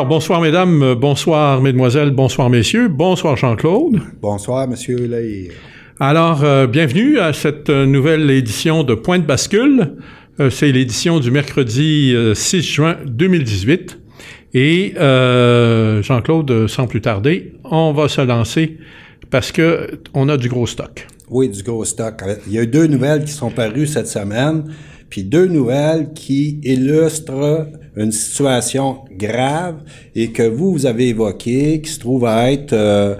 Alors, bonsoir mesdames, bonsoir mesdemoiselles, bonsoir messieurs, bonsoir Jean-Claude. Bonsoir monsieur Lahire. Alors, bienvenue à cette nouvelle édition de Point de bascule. C'est l'édition du mercredi 6 juin 2018. Et Jean-Claude, sans plus tarder, on va se lancer parce qu'on a du gros stock. Oui, du gros stock. Il y a eu 2 nouvelles qui sont parues cette semaine, puis 2 nouvelles qui illustrent une situation grave et que vous avez évoquée, qui se trouve à être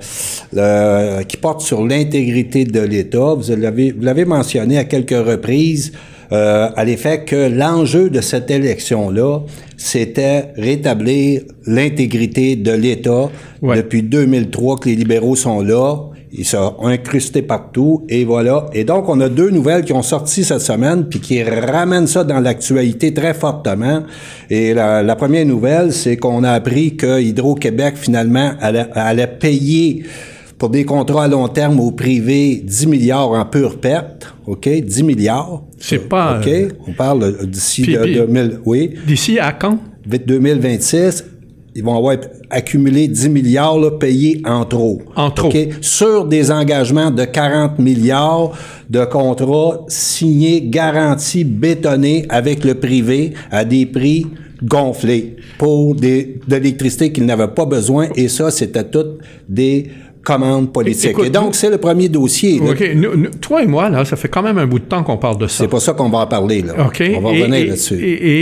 qui porte sur l'intégrité de l'État. Vous l'avez mentionné à quelques reprises, à l'effet que l'enjeu de cette élection-là, c'était rétablir l'intégrité de l'État. Ouais. Depuis 2003 que les libéraux sont là. Ils sont incrustés partout, et voilà. Et donc, on a 2 nouvelles qui ont sorti cette semaine, puis qui ramènent ça dans l'actualité très fortement. Et la première nouvelle, c'est qu'on a appris que Hydro-Québec, finalement, allait payer pour des contrats à long terme au privé 10 milliards en pure perte. OK? 10 milliards. C'est pas... OK? On parle d'ici 2000... Oui. D'ici à quand? 2026. Ils vont avoir accumulé 10 milliards là, payés en trop. En trop. Okay? Sur des engagements de 40 milliards de contrats signés, garantis, bétonnés avec le privé à des prix gonflés pour de l'électricité qu'ils n'avaient pas besoin. Et ça, c'était toutes des commandes politiques. Écoute, et donc, c'est le premier dossier. Là. OK. Toi et moi, là, ça fait quand même un bout de temps qu'on parle de ça. C'est pas ça qu'on va en parler, là. OK. On va revenir là-dessus.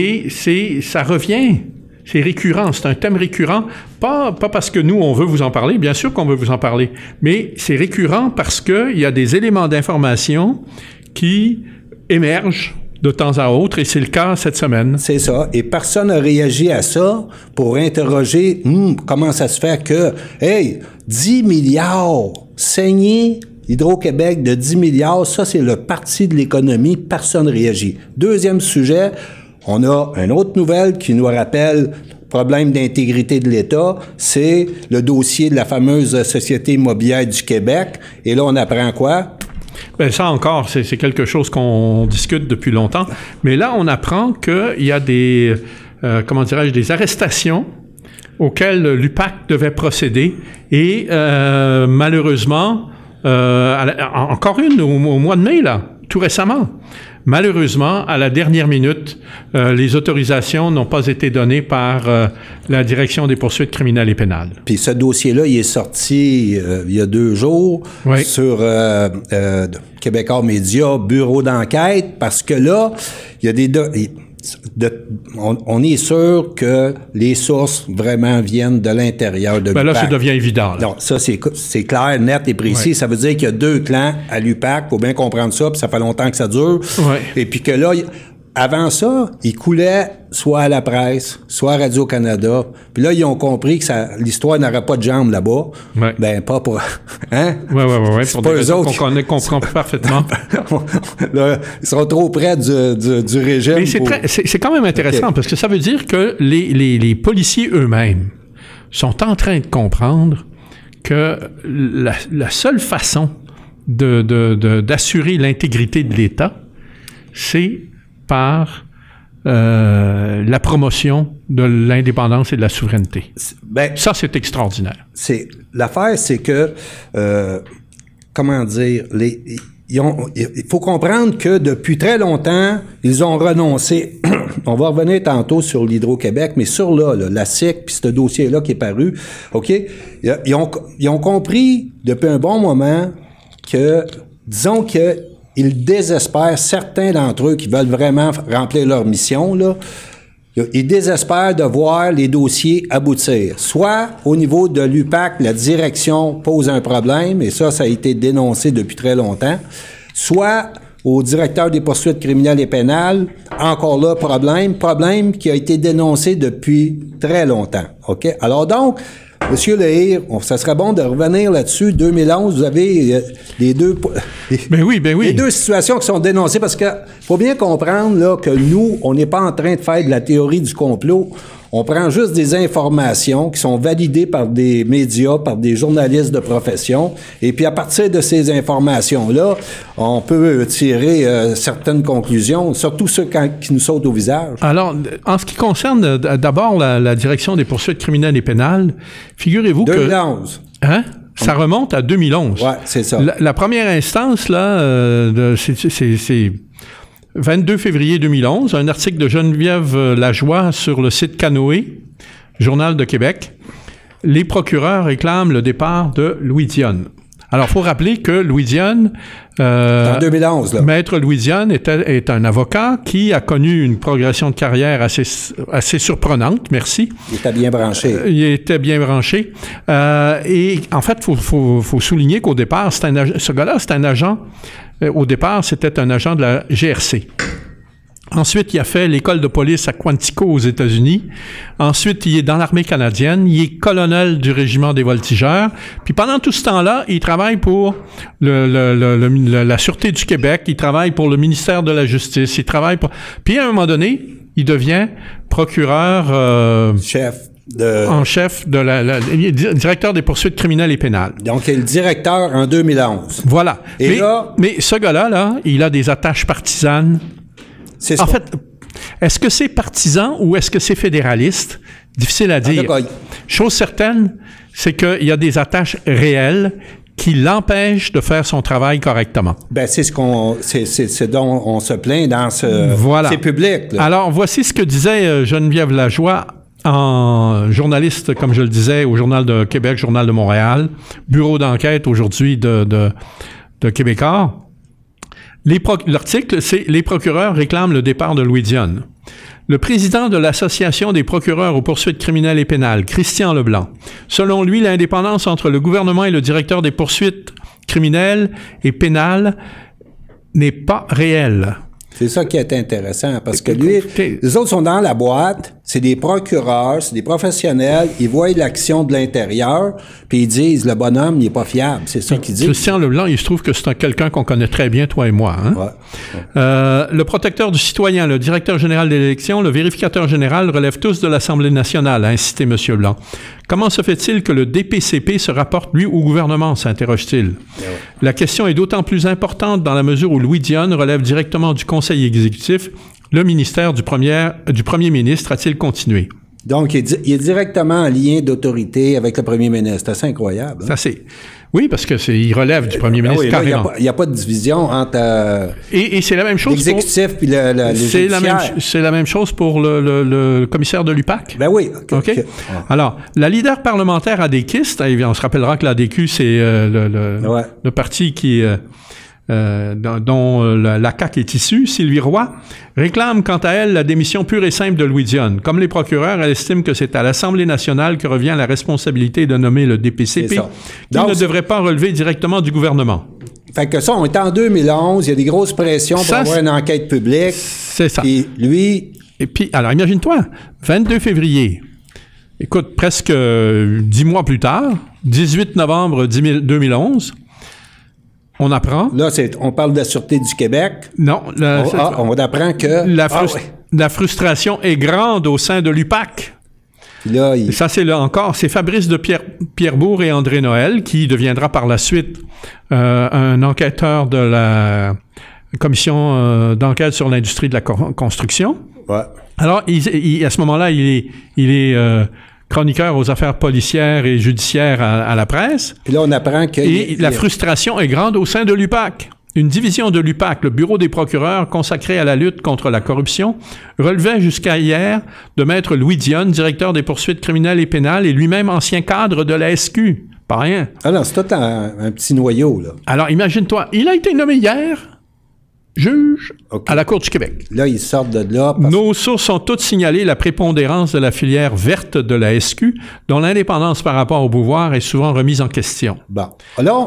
Et ça revient... C'est récurrent, c'est un thème récurrent, pas parce que nous, on veut vous en parler, bien sûr qu'on veut vous en parler, mais c'est récurrent parce qu'il y a des éléments d'information qui émergent de temps à autre, et c'est le cas cette semaine. C'est ça, et personne n'a réagi à ça pour interroger comment ça se fait que, 10 milliards saignés Hydro-Québec de 10 milliards, ça c'est le parti de l'économie, personne ne réagit. Deuxième sujet, on a une autre nouvelle qui nous rappelle problème d'intégrité de l'État, c'est le dossier de la fameuse Société immobilière du Québec. Et là, on apprend quoi? Bien, ça encore, c'est quelque chose qu'on discute depuis longtemps. Mais là, on apprend qu'il y a des, des arrestations auxquelles l'UPAC devait procéder. Et malheureusement, encore une au mois de mai, là, tout récemment. Malheureusement, à la dernière minute, les autorisations n'ont pas été données par la Direction des poursuites criminelles et pénales. Puis ce dossier-là, il est sorti il y a 2 jours sur Québécois Média, bureau d'enquête, parce que là, il y a on est sûr que les sources vraiment viennent de l'intérieur de l'UPAC. Là, ça devient évident. Là. Non, ça, c'est clair, net et précis. Ouais. Ça veut dire qu'il y a 2 clans à l'UPAC. Faut bien comprendre ça, puis ça fait longtemps que ça dure. Ouais. Et puis que là, avant ça, il coulait soit à la presse, soit à Radio-Canada. Puis là, ils ont compris que l'histoire n'aurait pas de jambes là-bas. Ouais. Ben, pas pour... Hein? Oui. Pour des raisons qu'on comprend parfaitement. Là, ils sont trop près du régime. Mais c'est quand même intéressant, parce que ça veut dire que les policiers eux-mêmes sont en train de comprendre que la seule façon d'assurer l'intégrité de l'État, c'est par la promotion de l'indépendance et de la souveraineté. Ben, ça, c'est extraordinaire. L'affaire, c'est que, il faut comprendre que depuis très longtemps, ils ont renoncé. On va revenir tantôt sur l'Hydro-Québec, mais sur la SIC, puis ce dossier-là qui est paru, OK? Ils ont compris depuis un bon moment que, disons que ils désespèrent, certains d'entre eux qui veulent vraiment remplir leur mission, là, ils désespèrent de voir les dossiers aboutir. Soit au niveau de l'UPAC, la direction pose un problème, et ça a été dénoncé depuis très longtemps, soit au directeur des poursuites criminelles et pénales, encore là, problème qui a été dénoncé depuis très longtemps. OK? Alors donc, Monsieur Lahire, ça serait bon de revenir là-dessus. 2011, vous avez les deux situations qui sont dénoncées, parce que faut bien comprendre là, que nous, on n'est pas en train de faire de la théorie du complot. On prend juste des informations qui sont validées par des médias, par des journalistes de profession, et puis à partir de ces informations-là, on peut tirer certaines conclusions, surtout ceux qui nous sautent au visage. Alors, en ce qui concerne d'abord la direction des poursuites criminelles et pénales, figurez-vous 2011. que... Hein? Ça remonte à 2011. Oui, c'est ça. La première instance, là, c'est 22 février 2011, un article de Geneviève Lajoie sur le site Canoë, Journal de Québec. Les procureurs réclament le départ de Louis Dionne. Alors, il faut rappeler que Louis Dionne... en 2011, là. Maître Louis Dionne est un avocat qui a connu une progression de carrière assez surprenante, merci. Il était bien branché. Il était bien branché. Et en fait, faut souligner qu'au départ, ce gars-là, c'est un agent... au départ, c'était un agent de la GRC. Ensuite, il a fait l'école de police à Quantico aux États-Unis. Ensuite, il est dans l'armée canadienne. Il est colonel du régiment des voltigeurs. Puis pendant tout ce temps-là, il travaille pour la Sûreté du Québec. Il travaille pour le ministère de la Justice. Il travaille pour... Puis à un moment donné, il devient procureur... en chef de directeur des poursuites criminelles et pénales. Donc, il est le directeur en 2011. Voilà. Mais ce gars-là, là, il a des attaches partisanes. En fait, est-ce que c'est partisan ou est-ce que c'est fédéraliste? Difficile à dire. Chose certaine, c'est qu'il y a des attaches réelles qui l'empêchent de faire son travail correctement. Ben, c'est ce dont on se plaint dans ces publics. Là. Alors, voici ce que disait Geneviève Lajoie, en journaliste, comme je le disais, au Journal de Québec, Journal de Montréal, bureau d'enquête aujourd'hui de Québécois. L'article, c'est « Les procureurs réclament le départ de Louis Dionne ». Le président de l'Association des procureurs aux poursuites criminelles et pénales, Christian Leblanc, selon lui, l'indépendance entre le gouvernement et le directeur des poursuites criminelles et pénales n'est pas réelle. C'est ça qui est intéressant, parce que lui, les autres sont dans la boîte, c'est des procureurs, c'est des professionnels, ils voient l'action de l'intérieur, puis ils disent, le bonhomme, il n'est pas fiable, c'est ça qu'ils disent. Christian Leblanc, il se trouve que c'est quelqu'un qu'on connaît très bien, toi et moi. Hein? Ouais. Le protecteur du citoyen, le directeur général de l'élection, le vérificateur général relèvent tous de l'Assemblée nationale, a incité M. Blanc. Comment se fait-il que le DPCP se rapporte, lui, au gouvernement, s'interroge-t-il. Ouais. La question est d'autant plus importante dans la mesure où Louis Dionne relève directement du Conseil exécutif. Le ministère du premier ministre, a-t-il continué? Donc, il est directement en lien d'autorité avec le premier ministre. C'est assez incroyable. Hein? Oui, parce il relève du premier ministre carrément. Il n'y a pas de division entre et c'est la même chose l'exécutif puis le judiciaire. C'est la même chose pour le commissaire de l'UPAC? Ben oui. OK. Alors, la leader parlementaire ADQiste, on se rappellera que l'ADQ, c'est le parti qui... dont la CAQ est issue, Sylvie Roy, réclame quant à elle la démission pure et simple de Louis Dionne. Comme les procureurs, elle estime que c'est à l'Assemblée nationale que revient la responsabilité de nommer le DPCP, qui ne devrait pas relever directement du gouvernement. Fait que ça, on est en 2011, il y a des grosses pressions pour avoir une enquête publique. C'est ça. Puis lui... Et puis, alors imagine-toi, 22 février, écoute, presque 10 mois plus tard, 18 novembre 2011, on apprend... Là, on parle de la Sûreté du Québec. Non. On apprend que... La frustration est grande au sein de l'UPAC. Là, ça, c'est Fabrice de Pierrebourg et André Noël, qui deviendra par la suite un enquêteur de la commission d'enquête sur l'industrie de la construction. Ouais. Alors, à ce moment-là, il est chroniqueur aux affaires policières et judiciaires à la presse. Puis là, on apprend que... Et la frustration est grande au sein de l'UPAC. Une division de l'UPAC, le bureau des procureurs consacré à la lutte contre la corruption, relevait jusqu'à hier de maître Louis Dionne, directeur des poursuites criminelles et pénales et lui-même ancien cadre de la SQ. Pas rien. Ah non, c'est tout un petit noyau, là. Alors, imagine-toi, il a été nommé hier juge à la Cour du Québec. Là, ils sortent de là. Nos sources ont toutes signalé la prépondérance de la filière verte de la SQ, dont l'indépendance par rapport au pouvoir est souvent remise en question. Bon. Alors,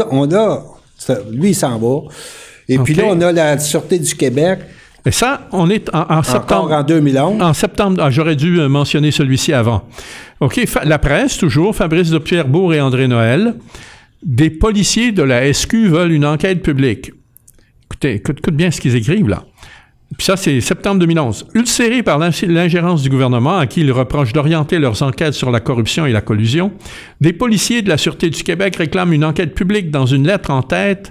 lui, il s'en va. Et puis là, on a la Sûreté du Québec. Et ça, on est en septembre. Encore en 2011. En septembre, j'aurais dû mentionner celui-ci avant. OK, la presse, toujours, Fabrice de Pierrebourg et André Noël. Des policiers de la SQ veulent une enquête publique. Écoute bien ce qu'ils écrivent, là. Puis ça, c'est septembre 2011. Ulcérés par l'ingérence du gouvernement, à qui ils reprochent d'orienter leurs enquêtes sur la corruption et la collusion, des policiers de la Sûreté du Québec réclament une enquête publique dans une lettre en tête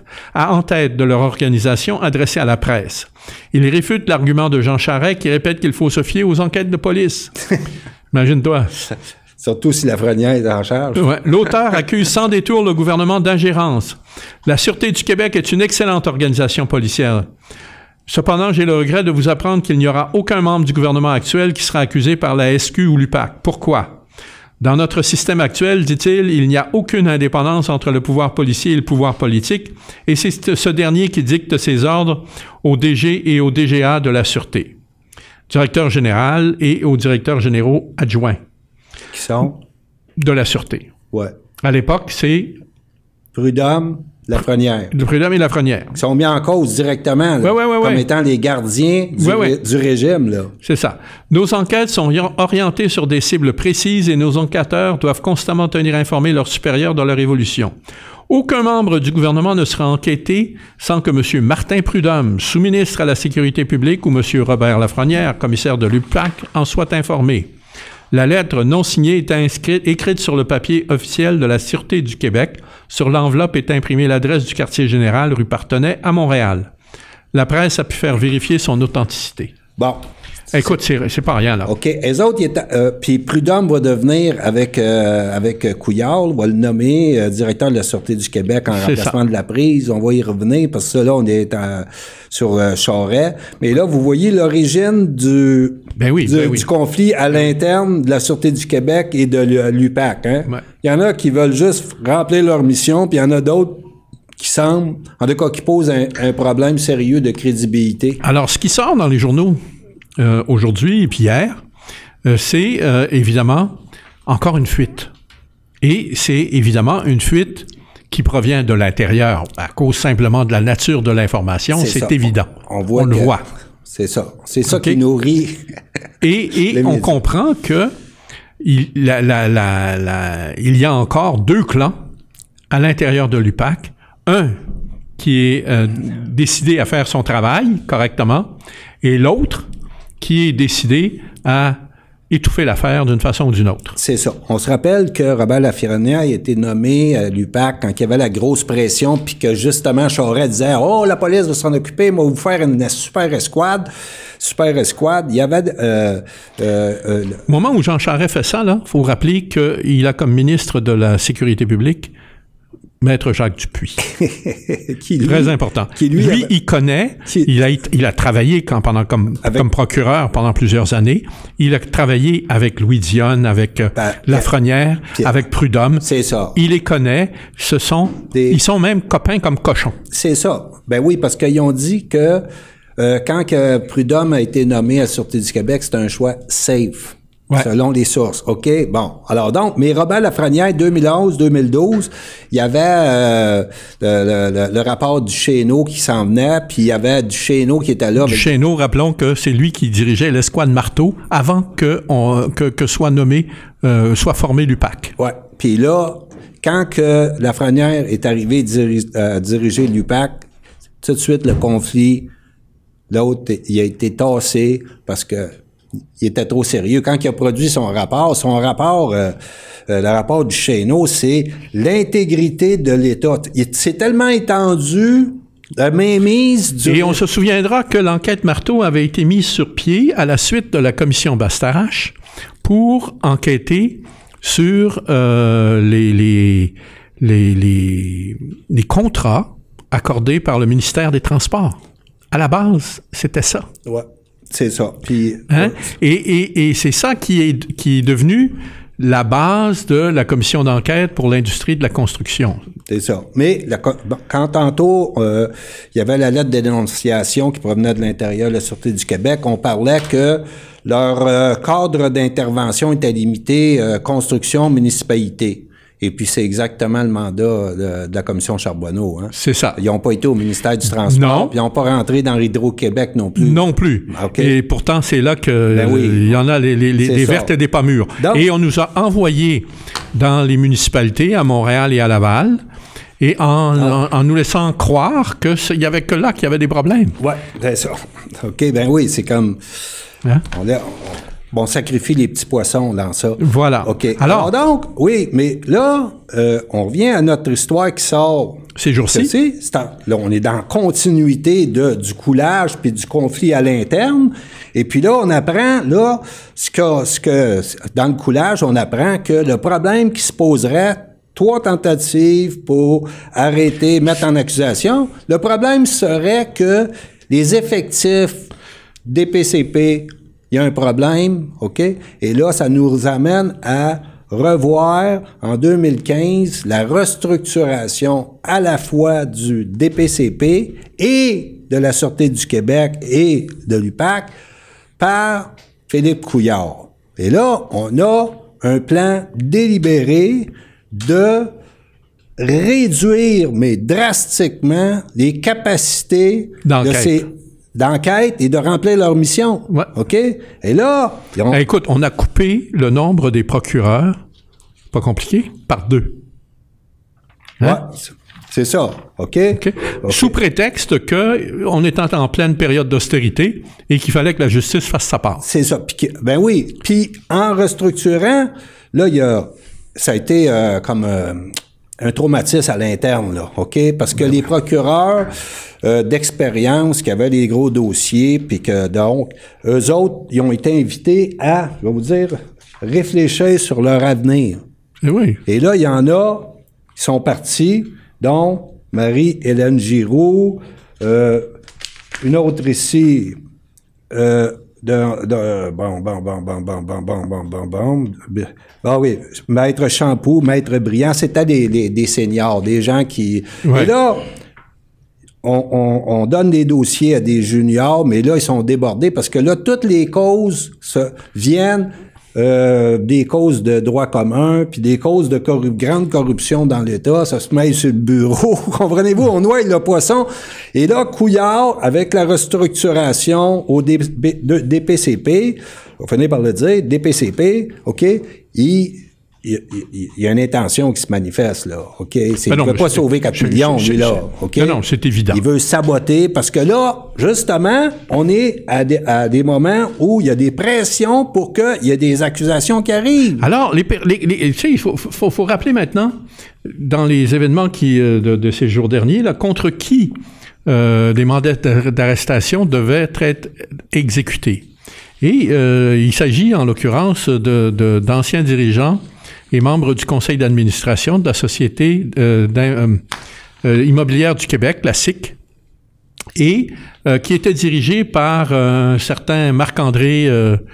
de leur organisation adressée à la presse. Ils réfutent l'argument de Jean Charest qui répète qu'il faut se fier aux enquêtes de police. Imagine-toi. Surtout si Lafrenière est en charge. Ouais. L'auteur accuse sans détour le gouvernement d'ingérence. La Sûreté du Québec est une excellente organisation policière. Cependant, j'ai le regret de vous apprendre qu'il n'y aura aucun membre du gouvernement actuel qui sera accusé par la SQ ou l'UPAC. Pourquoi? Dans notre système actuel, dit-il, il n'y a aucune indépendance entre le pouvoir policier et le pouvoir politique, et c'est ce dernier qui dicte ses ordres au DG et au DGA de la Sûreté, directeur général et aux directeurs généraux adjoints. Qui sont? De la Sûreté. Ouais. À l'époque, c'est... Prud'homme, Lafrenière. Prud'homme et Lafrenière. Qui sont mis en cause directement, là, comme étant les gardiens du régime. Là. C'est ça. Nos enquêtes sont orientées sur des cibles précises et nos enquêteurs doivent constamment tenir informés leurs supérieurs de leur évolution. Aucun membre du gouvernement ne sera enquêté sans que M. Martin Prud'homme, sous-ministre à la Sécurité publique, ou M. Robert Lafrenière, commissaire de l'UPAC, en soit informé. La lettre non signée est écrite sur le papier officiel de la Sûreté du Québec. Sur l'enveloppe est imprimée l'adresse du quartier général rue Partenay à Montréal. La presse a pu faire vérifier son authenticité. Bon. Écoute, c'est pas rien, là. OK. Les autres, puis Prud'homme va devenir, avec Couillard, va le nommer directeur de la Sûreté du Québec en remplacement de la prise. On va y revenir, parce que là, on est sur Charest. Mais là, vous voyez l'origine du conflit à l'interne de la Sûreté du Québec et de l'UPAC. Hein? Ouais. Il y en a qui veulent juste remplir leur mission, puis il y en a d'autres qui semblent, en tout cas, qui posent un problème sérieux de crédibilité. Alors, ce qui sort dans les journaux aujourd'hui et puis hier, c'est évidemment encore une fuite. Et c'est évidemment une fuite qui provient de l'intérieur, à cause simplement de la nature de l'information, c'est évident. On le voit. C'est ça. C'est ça qui nourrit. Et on comprend que il y a encore deux clans à l'intérieur de l'UPAC. Un qui est décidé à faire son travail correctement, et l'autre qui est décidé à étouffer l'affaire d'une façon ou d'une autre. C'est ça. On se rappelle que Robert Lafrenière a été nommé à l'UPAC quand il y avait la grosse pression, puis que justement Charest disait « Oh, la police va s'en occuper, moi, vous faire une super escouade. » Super escouade. Il y avait... Au moment où Jean Charest fait ça, il faut rappeler qu'il a comme ministre de la Sécurité publique Maître Jacques Dupuis. Très important. Lui, il connaît, il a travaillé comme procureur pendant plusieurs années. Il a travaillé avec Louis Dionne, avec Lafrenière, avec Prud'homme. C'est ça. Il les connaît. Ils sont même copains comme cochons. C'est ça. Ben oui, parce qu'ils ont dit que quand Prud'homme a été nommé à la Sûreté du Québec, c'était un choix safe. Ouais. Selon les sources. OK, bon. Alors donc, mais Robert Lafrenière, 2011-2012, il y avait le rapport du Chéneau qui s'en venait, puis il y avait du Chéneau qui était là. Chéneau, rappelons que c'est lui qui dirigeait l'escouade Marteau avant que soit formé l'UPAC. Ouais. Puis là, quand que Lafrenière est arrivé diriger l'UPAC, tout de suite, le conflit, l'autre, il a été tassé parce que il était trop sérieux. Quand il a produit son rapport, le rapport du Chéneau, c'est l'intégrité de l'État. C'est tellement étendu, la mainmise du... Et on se souviendra que l'enquête Marteau avait été mise sur pied à la suite de la commission Bastarache pour enquêter sur les contrats accordés par le ministère des Transports. À la base, c'était ça. Ouais. C'est ça. Puis, et c'est ça qui est devenu la base de la commission d'enquête pour l'industrie de la construction. C'est ça. Mais quand tantôt, il y avait la lettre de dénonciation qui provenait de l'intérieur de la Sûreté du Québec, on parlait que leur cadre d'intervention était limité construction, municipalité. Et puis, c'est exactement le mandat de la commission Charbonneau. Hein. C'est ça. Ils n'ont pas été au ministère du Transport. Non. Puis ils n'ont pas rentré dans l'Hydro-Québec non plus. Non plus. Okay. Et pourtant, c'est là que il y en a des vertes et des pas mûres. Donc, et on nous a envoyés dans les municipalités, à Montréal et à Laval. et en nous laissant croire qu'il y avait que là qu'il y avait des problèmes. Oui, c'est ça. OK, ben oui, c'est comme... Hein? On sacrifie les petits poissons dans ça. Voilà. OK. Alors donc, oui, mais là, on revient à notre histoire qui sort... Ces jours-ci. Là, on est dans la continuité du coulage puis du conflit à l'interne. Et puis là, on apprend, là, dans le coulage, on apprend que le problème qui se poserait, 3 tentatives pour arrêter, mettre en accusation, le problème serait que les effectifs DPCP, il y a un problème, OK? Et là, ça nous amène à revoir en 2015 la restructuration à la fois du DPCP et de la Sûreté du Québec et de l'UPAC par Philippe Couillard. Et là, on a un plan délibéré de réduire, mais drastiquement, les capacités d'enquête et de remplir leur mission. Ouais. OK? Et là... Écoute, on a coupé le nombre des procureurs, pas compliqué, par 2. Hein? Ouais, c'est ça. OK? Sous prétexte qu'on était en pleine période d'austérité et qu'il fallait que la justice fasse sa part. C'est ça. Ben oui. Puis en restructurant, là, ça a été comme un traumatisme à l'interne, là. OK? Parce que les procureurs... d'expérience, qui avaient les gros dossiers, puis que donc, eux autres, ils ont été invités à, je vais vous dire, réfléchir sur leur avenir. Et oui. Et là, il y en a qui sont partis, dont Marie-Hélène Giroux, une autre ici, ah oui, Maître Champoux, Maître Briand, c'était des seniors, des gens qui... Ouais. Et là... On donne des dossiers à des juniors, mais là, ils sont débordés parce que là, toutes les causes viennent des causes de droit commun, puis des causes de grande corruption dans l'État. Ça se met sur le bureau. Comprenez-vous? On noie le poisson. Et là, Couillard, avec la restructuration au DPCP, on finit par le dire, DPCP, OK, il y a une intention qui se manifeste, là, OK? Il ne veut pas sauver 4 millions, lui, là, OK? Non, c'est évident. Il veut saboter, parce que là, justement, on est à des moments où il y a des pressions pour qu'il y ait des accusations qui arrivent. Alors, tu sais, il faut rappeler maintenant, dans les événements de ces jours derniers, là, contre qui des mandats d'arrestation devaient être exécutés. Et il s'agit, en l'occurrence, d'anciens dirigeants et membres du conseil d'administration de la Société immobilière du Québec, la SIC, et qui était dirigée par un certain Marc-André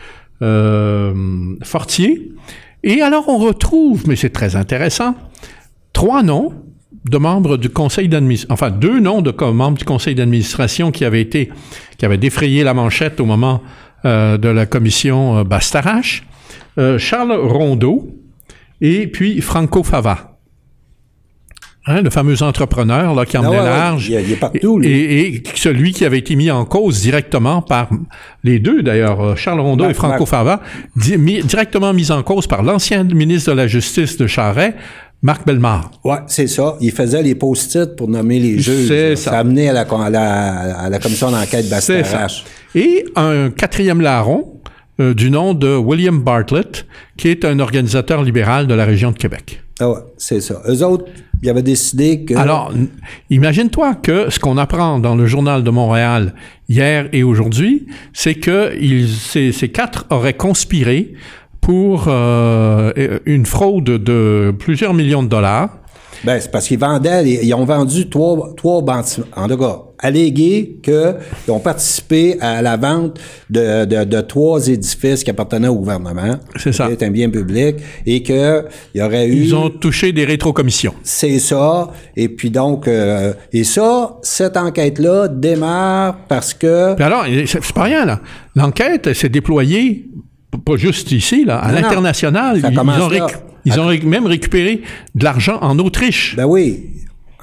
Fortier. Et alors, on retrouve, mais c'est très intéressant, 3 noms de membres du conseil d'administration, enfin 2 noms de membres du conseil d'administration qui avaient défrayé la manchette au moment de la commission Bastarache, Charles Rondeau, et puis Franco Fava, le fameux entrepreneur là, qui emmenait large, il est partout, lui. Et celui qui avait été mis en cause directement par les 2 d'ailleurs, Charles Rondeau et Franco Fava, directement mis en cause par l'ancien ministre de la Justice de Charest, Marc Bellemare. Oui, c'est ça. Il faisait les post-it pour nommer les juges. C'est ça. Ça amenait à la commission d'enquête Bastarache. Et un 4e larron, du nom de William Bartlett, qui est un organisateur libéral de la région de Québec. Ah ouais, c'est ça. Eux autres, ils avaient décidé que... Alors, imagine-toi que ce qu'on apprend dans le Journal de Montréal hier et aujourd'hui, c'est que ces 4 auraient conspiré pour une fraude de plusieurs millions de dollars. Ben, c'est parce qu'ils ont vendu trois bâtiments. En tout cas, allégué qu'ils ont participé à la vente de 3 édifices qui appartenaient au gouvernement. C'est ça. C'est un bien public. Et qu'il y aurait eu... Ils ont touché des rétrocommissions. C'est ça. Et puis donc... cette enquête-là démarre parce que... Puis alors, c'est pas rien, là. L'enquête s'est déployée, pas juste ici, là, à l'international. Ils ont même récupéré de l'argent en Autriche. Ben oui.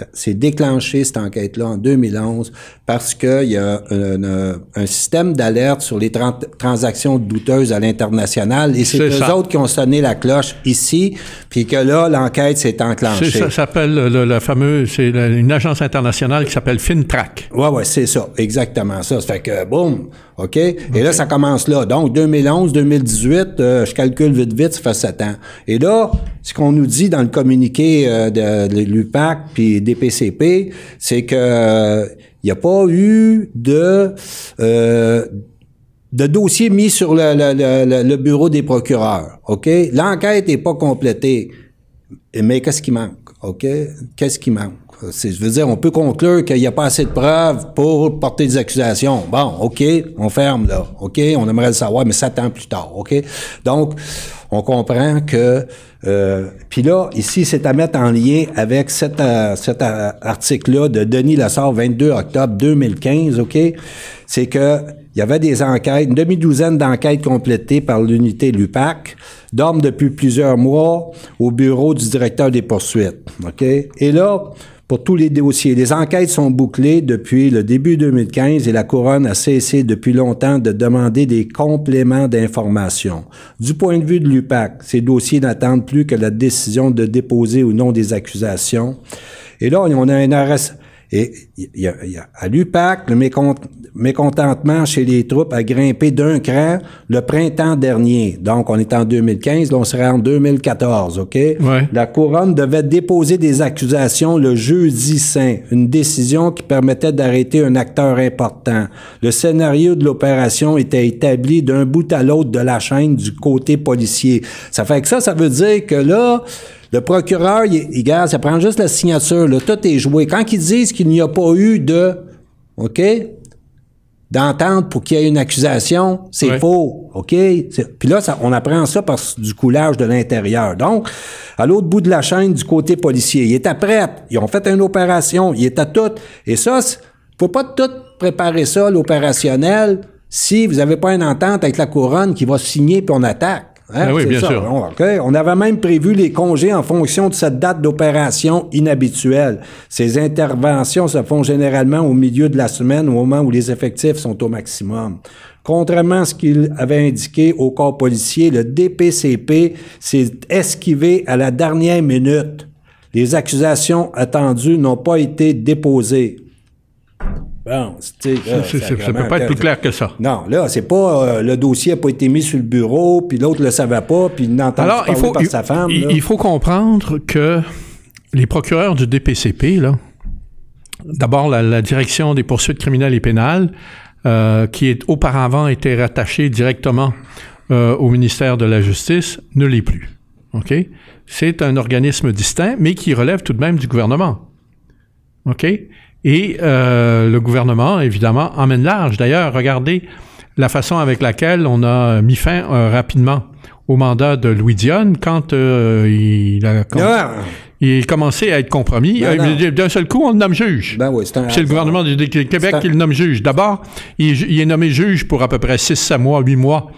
c'est déclenché, cette enquête-là, en 2011, parce qu'il y a un système d'alerte sur les transactions douteuses à l'international, et c'est eux autres qui ont sonné la cloche ici, puis que là, l'enquête s'est enclenchée. Ça s'appelle la fameuse, c'est une agence internationale qui s'appelle FINTRAC. Ouais, c'est ça, exactement ça. Ça fait que, boum, OK? Et là, ça commence là. Donc, 2011, 2018, je calcule vite, ça fait 7 ans. Et là, ce qu'on nous dit dans le communiqué de l'UPAC puis DPCP, c'est que il n'y a pas eu de dossier mis sur le bureau des procureurs, OK? L'enquête n'est pas complétée. Mais qu'est-ce qui manque, OK? Qu'est-ce qui manque? Je veux dire, on peut conclure qu'il n'y a pas assez de preuves pour porter des accusations. Bon, OK, on ferme là, OK? On aimerait le savoir, mais 7 ans plus tard, OK? Donc, on comprend que... puis là, ici, c'est à mettre en lien avec cet article-là de Denis Lessard, 22 octobre 2015, OK? C'est que il y avait des enquêtes, une demi-douzaine d'enquêtes complétées par l'unité LUPAC, dorment depuis plusieurs mois au bureau du directeur des poursuites, OK? Et là, pour tous les dossiers, les enquêtes sont bouclées depuis le début 2015 et la Couronne a cessé depuis longtemps de demander des compléments d'informations. Du point de vue de l'UPAC, ces dossiers n'attendent plus que la décision de déposer ou non des accusations. Et là, on a un arrest... Et il y a à l'UPAC, le mécontentement chez les troupes a grimpé d'un cran le printemps dernier. Donc, on est en 2015, là, on serait en 2014, OK? Ouais. La Couronne devait déposer des accusations le jeudi saint, une décision qui permettait d'arrêter un acteur important. Le scénario de l'opération était établi d'un bout à l'autre de la chaîne du côté policier. Ça fait que ça veut dire que là... Le procureur, il garde, ça prend juste la signature, là, tout est joué. Quand ils disent qu'il n'y a pas eu d'entente pour qu'il y ait une accusation, c'est faux, OK? Puis là, on apprend ça par du coulage de l'intérieur. Donc, à l'autre bout de la chaîne, du côté policier, ils étaient prêts, ils ont fait une opération, ils étaient tous. Et ça, faut pas tout préparer ça, l'opérationnel, si vous n'avez pas une entente avec la Couronne qui va signer puis on attaque. Hein? Ah oui, bien sûr. Okay. On avait même prévu les congés en fonction de cette date d'opération inhabituelle. Ces interventions se font généralement au milieu de la semaine, au moment où les effectifs sont au maximum. Contrairement à ce qu'il avait indiqué au corps policier, le DPCP s'est esquivé à la dernière minute. Les accusations attendues n'ont pas été déposées. Bon, ça peut pas être plus clair que ça. Non, là, c'est pas le dossier n'a pas été mis sur le bureau, puis l'autre le savait pas, puis il n'entend pas parler par sa femme. Il faut comprendre que les procureurs du DPCP, là, d'abord la direction des poursuites criminelles et pénales, qui auparavant était rattachée directement au ministère de la Justice, ne l'est plus. OK? C'est un organisme distinct, mais qui relève tout de même du gouvernement. OK? Et le gouvernement, évidemment, emmène large. D'ailleurs, regardez la façon avec laquelle on a mis fin rapidement au mandat de Louis Dionne quand il a commencé à être compromis. D'un seul coup, on le nomme juge. Ben oui, c'est le gouvernement du Québec qui le nomme juge. D'abord, il est nommé juge pour à peu près 6 mois, 8 mois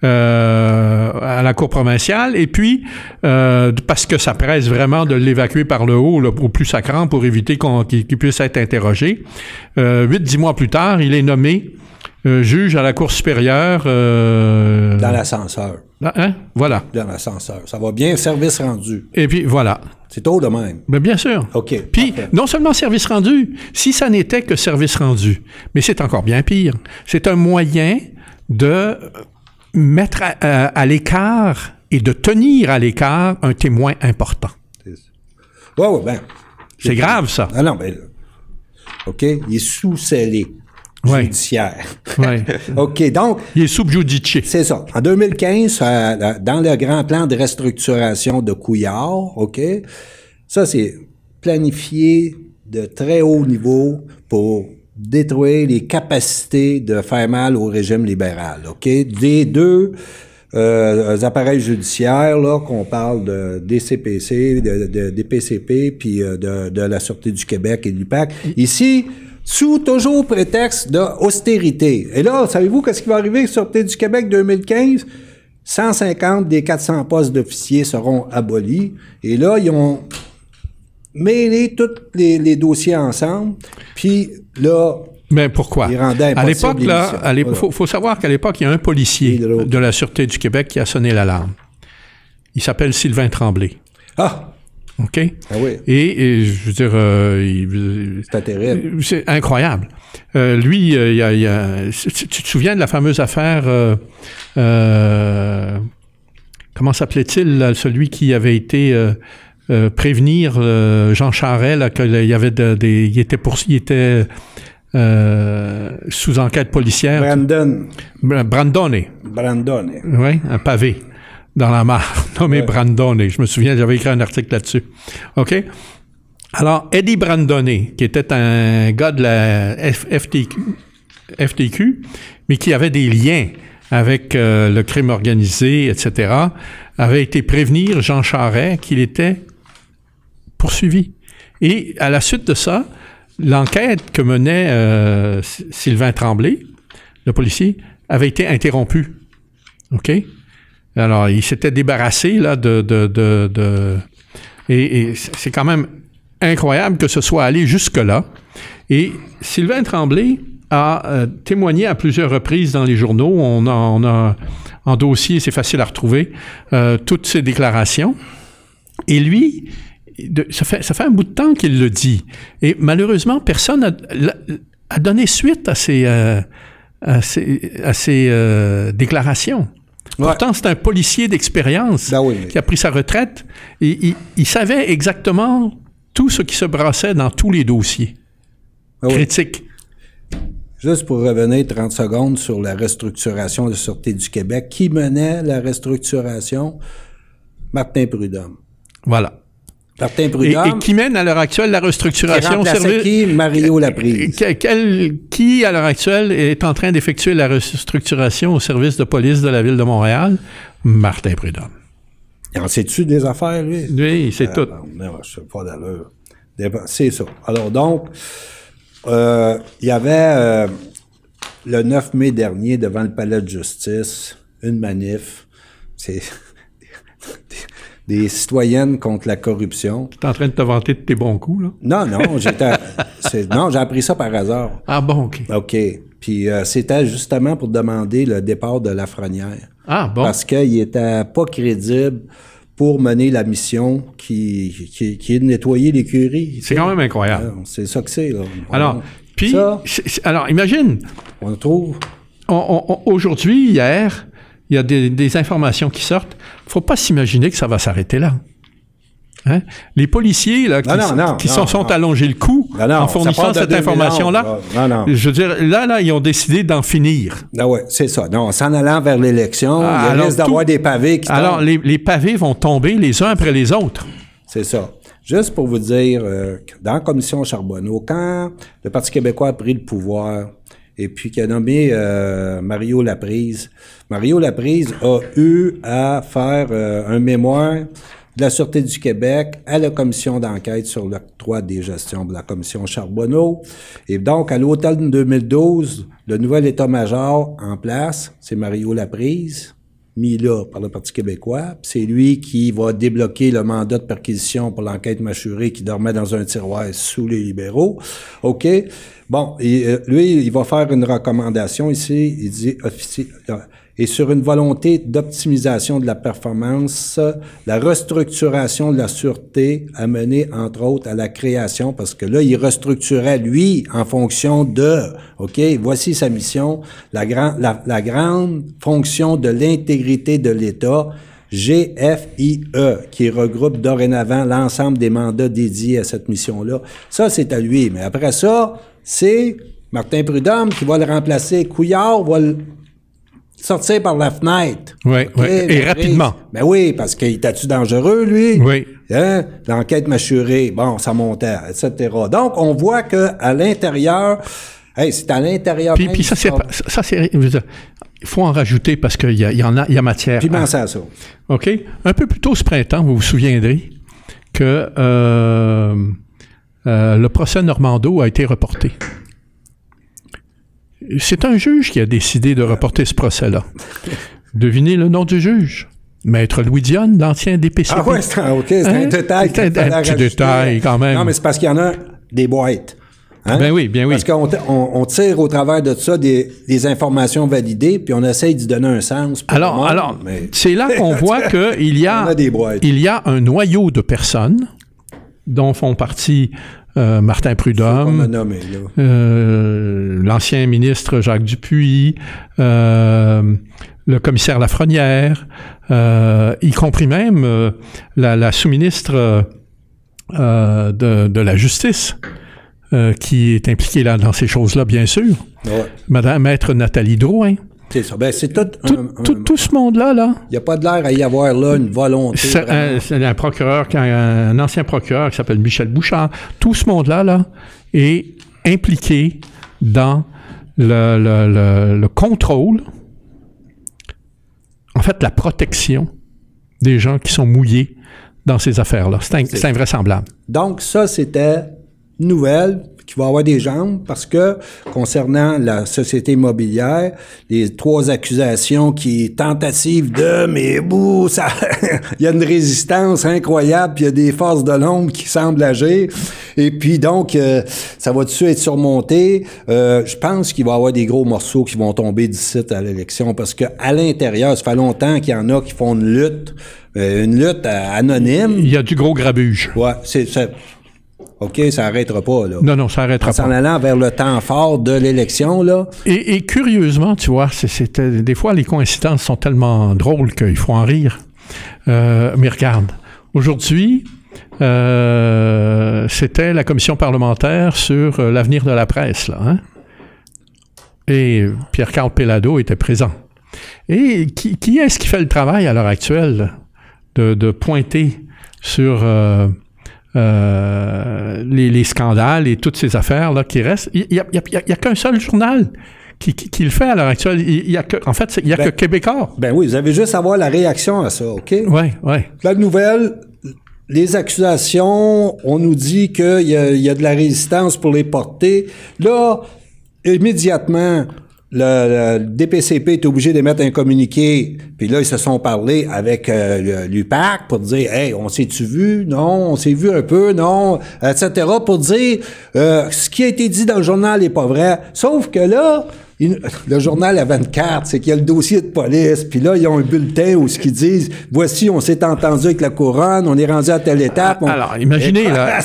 à la Cour provinciale, et puis parce que ça presse vraiment de l'évacuer par le haut, au plus sacrant, pour éviter qu'il puisse être interrogé. 8-10 mois plus tard, il est nommé juge à la Cour supérieure. Dans l'ascenseur. Hein? Voilà. Dans l'ascenseur. Ça va bien, service rendu. Et puis, voilà. C'est tôt de même. Mais bien sûr. OK. Puis, parfait. Non seulement service rendu, si ça n'était que service rendu, mais c'est encore bien pire. C'est un moyen de mettre à l'écart et de tenir à l'écart un témoin important. Oui, ben. C'est grave, ça. Ah non, ben, OK, il est sous-scellé. Judiciaire. Ouais. OK, donc... Il est sub judice. C'est ça. En 2015, dans le grand plan de restructuration de Couillard, OK, ça, c'est planifié de très haut niveau pour détruire les capacités de faire mal au régime libéral, OK? Des deux appareils judiciaires, là, qu'on parle de DCPC, de DPCP, puis de la Sûreté du Québec et de l'UPAC. Ici... sous toujours prétexte d'austérité. Et là, savez-vous qu'est-ce qui va arriver sur Sûreté du Québec 2015? 150 des 400 postes d'officiers seront abolis. Et là, ils ont mêler tous les dossiers ensemble, puis là... Mais pourquoi? Il rendait impossible à l'époque, faut savoir qu'à l'époque, il y a un policier de la Sûreté du Québec qui a sonné l'alarme. Il s'appelle Sylvain Tremblay. Ah! OK? Ah oui. Et je veux dire... c'était terrible. C'est incroyable. Lui, tu te souviens de la fameuse affaire... comment s'appelait-il, là, celui qui avait été... prévenir Jean Charest là, qu'il y avait il était sous enquête policière. Brandone. Oui, un pavé dans la mare, nommé Brandone. Je me souviens, j'avais écrit un article là-dessus. OK? Alors, Eddie Brandone, qui était un gars de la FTQ, mais qui avait des liens avec le crime organisé, etc., avait été prévenir Jean Charest qu'il était poursuivi. Et à la suite de ça, l'enquête que menait Sylvain Tremblay, le policier, avait été interrompue. OK? Alors, il s'était débarrassé là et c'est quand même incroyable que ce soit allé jusque-là. Et Sylvain Tremblay a témoigné à plusieurs reprises dans les journaux. On a en dossier, c'est facile à retrouver, toutes ses déclarations. Et lui, ça fait un bout de temps qu'il le dit. Et malheureusement, personne a donné suite à ces déclarations. Ouais. Pourtant, c'est un policier d'expérience qui a pris sa retraite et il savait exactement tout ce qui se brassait dans tous les dossiers critiques. Juste pour revenir 30 secondes sur la restructuration de la Sûreté du Québec. Qui menait la restructuration? Martin Prudhomme. Voilà. Martin Prudhomme. Et qui mène à l'heure actuelle la restructuration au service... Qui? Mario Laprise. Qui, à l'heure actuelle, est en train d'effectuer la restructuration au service de police de la Ville de Montréal? Martin Prudhomme. Il en sait-tu des affaires, lui? Oui, il sait tout. Non, je sais pas d'allure. C'est ça. Alors donc, il y avait le 9 mai dernier, devant le palais de justice, une manif. C'est... des citoyennes contre la corruption. Tu es en train de te vanter de tes bons coups, là? Non, j'ai appris ça par hasard. Ah bon, OK. OK. Puis c'était justement pour demander le départ de Lafrenière. Ah bon? Parce qu'il était pas crédible pour mener la mission qui est de nettoyer l'écurie. C'est quand même incroyable. Alors, c'est ça que c'est, là. Alors, imagine. On trouve... Aujourd'hui, hier... Il y a des informations qui sortent. Il ne faut pas s'imaginer que ça va s'arrêter là. Hein? Les policiers là, qui sont allongés le cou en fournissant cette information-là, je veux dire, là, ils ont décidé d'en finir. Ah oui, c'est ça. Non, en s'en allant vers l'élection, il risque d'avoir des pavés qui tombent. Alors, les pavés vont tomber les uns après les autres. C'est ça. Juste pour vous dire, dans la commission Charbonneau, quand le Parti québécois a pris le pouvoir, et puis qui a nommé Mario Laprise. Mario Laprise a eu à faire un mémoire de la Sûreté du Québec à la commission d'enquête sur l'octroi des gestions de la commission Charbonneau. Et donc, à l'automne 2012, le nouvel état-major en place, c'est Mario Laprise, mis là par le Parti québécois. C'est lui qui va débloquer le mandat de perquisition pour l'enquête mâchurée qui dormait dans un tiroir sous les libéraux. OK? Bon, lui, il va faire une recommandation ici. Il dit, et sur une volonté d'optimisation de la performance, la restructuration de la sûreté a mené, entre autres, à la création, parce que là, il restructurait, lui, en fonction de, OK, voici sa mission, la grande fonction de l'intégrité de l'État, GFIE, qui regroupe dorénavant l'ensemble des mandats dédiés à cette mission-là. Ça, c'est à lui. Mais après ça, c'est Martin Prudhomme qui va le remplacer. Couillard va le sortir par la fenêtre. Oui, okay, et rapidement. Ben oui, parce qu'il était-tu dangereux, lui? Oui. Hein? L'enquête mâchurée, bon, ça montait, etc. Donc, on voit qu'à l'intérieur, c'est à l'intérieur... Puis ça, c'est... Il faut en rajouter parce qu'il y a matière. Puis pensez à ça. OK? Un peu plus tôt ce printemps, vous vous souviendrez que le procès Normando a été reporté. C'est un juge qui a décidé de reporter ce procès-là. Devinez le nom du juge. Maître Louis Dionne, l'ancien DPCP. Ah ouais, c'est un détail. C'est un petit détail, quand même. Non, mais c'est parce qu'il y en a des boîtes. Hein? Bien oui. Parce qu'on tire au travers de ça des informations validées, puis on essaye d'y donner un sens. Alors, c'est là qu'on voit qu'il y a un noyau de personnes dont font partie Martin Prudhomme, l'ancien ministre Jacques Dupuis, le commissaire Lafrenière, y compris même la sous-ministre de la Justice, qui est impliquée là dans ces choses-là, bien sûr. Ouais. Madame Maître Nathalie Drouin. C'est ça. Ben, c'est tout ce monde-là. Il n'y a pas de l'air à y avoir là une volonté. C'est un procureur, un ancien procureur qui s'appelle Michel Bouchard. Tout ce monde-là est impliqué dans le contrôle, en fait, la protection des gens qui sont mouillés dans ces affaires-là. C'est invraisemblable. Donc, ça, c'était une nouvelle qui va avoir des jambes parce que, concernant la société immobilière, les 3 accusations qui tentatives mais ça, il y a une résistance incroyable, puis il y a des forces de l'ombre qui semblent agir. Et puis, donc, ça va dessus être surmonté. Je pense qu'il va y avoir des gros morceaux qui vont tomber d'ici à l'élection parce que à l'intérieur, ça fait longtemps qu'il y en a qui font une lutte anonyme. Il y a du gros grabuge. Ouais, c'est OK, ça n'arrêtera pas, là. Non, ça n'arrêtera pas. En allant vers le temps fort de l'élection, là. Et curieusement, tu vois, des fois, les coïncidences sont tellement drôles qu'il faut en rire. Mais regarde, aujourd'hui, c'était la commission parlementaire sur l'avenir de la presse, là, hein? Et Pierre-Carl Péladeau était présent. Et qui est-ce qui fait le travail à l'heure actuelle de pointer sur les scandales et toutes ces affaires-là qui restent? Il y a qu'un seul journal qui le fait à l'heure actuelle. Il y a que Québécois. Ben oui, vous avez juste à voir la réaction à ça, OK? Oui. La nouvelle, les accusations, on nous dit qu'il y a de la résistance pour les porter. Là, immédiatement, le DPCP est obligé d'émettre un communiqué, puis là, ils se sont parlé avec l'UPAC pour dire « Hey, on s'est-tu vu? Non, on s'est vu un peu, non, etc. » pour dire ce qui a été dit dans le journal n'est pas vrai. Sauf que là, le journal a 24, c'est qu'il y a le dossier de police, puis là, ils ont un bulletin où ce qu'ils disent « Voici, on s'est entendu avec la couronne, on est rendu à telle étape. » Alors, imaginez, là,